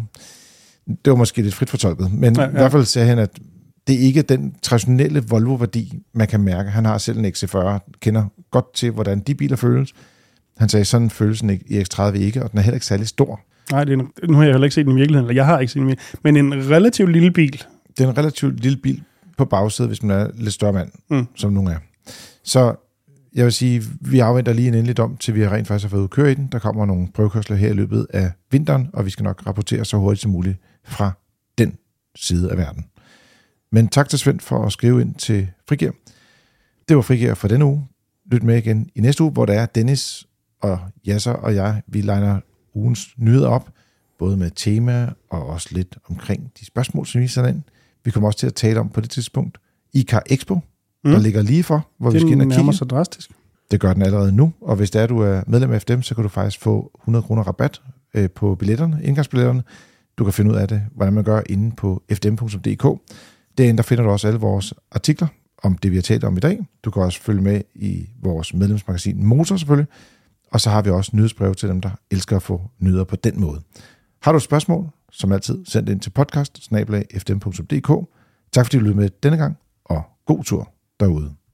Det var måske lidt frit fortolket, men ja, ja. i hvert fald siger han, at det er ikke den traditionelle Volvo-værdi, man kan mærke. Han har selv en X C fyrre, kender godt til, hvordan de biler føles. Han sagde, sådan føles en E X tredive ikke, og den er heller ikke særlig stor. Nej, det er en, nu har jeg heller ikke set den i virkeligheden, eller jeg har ikke set den i men en relativt lille bil. Det er en relativt lille bil på bagsædet, hvis man er lidt større mand, mm. som nogen er. Så jeg vil sige, vi afventer lige en endelig dom, til vi har rent faktisk har fået ud at køre i den. Der kommer nogle prøvekørsler her i løbet af vinteren, og vi skal nok rapportere så hurtigt som muligt fra den side af verden. Men tak til Svend for at skrive ind til Frigir. Det var Frigir for denne uge. Lyt med igen i næste uge, hvor der er Dennis og Jasser og jeg, vi liner ugens nyheder op, både med tema og også lidt omkring de spørgsmål, som vi sender ind. Vi kommer også til at tale om på det tidspunkt I C A R Expo, mm. der ligger lige for, hvor det vi skal ind og kigge. Så drastisk. Det gør den allerede nu, og hvis det er, du er medlem af F D M, så kan du faktisk få hundrede kroner rabat øh, på billetterne, indgangsbilletterne. Du kan finde ud af det, hvordan man gør inde på f d m punktum d k. Derinde der finder du også alle vores artikler om det, vi har talt om i dag. Du kan også følge med i vores medlemsmagasin Motor selvfølgelig. Og så har vi også nyhedsbreve til dem, der elsker at få nyheder på den måde. Har du et spørgsmål, som altid, send det ind til podcast snabel-a f d m punktum d k. Tak fordi du lyttede med denne gang, og god tur derude.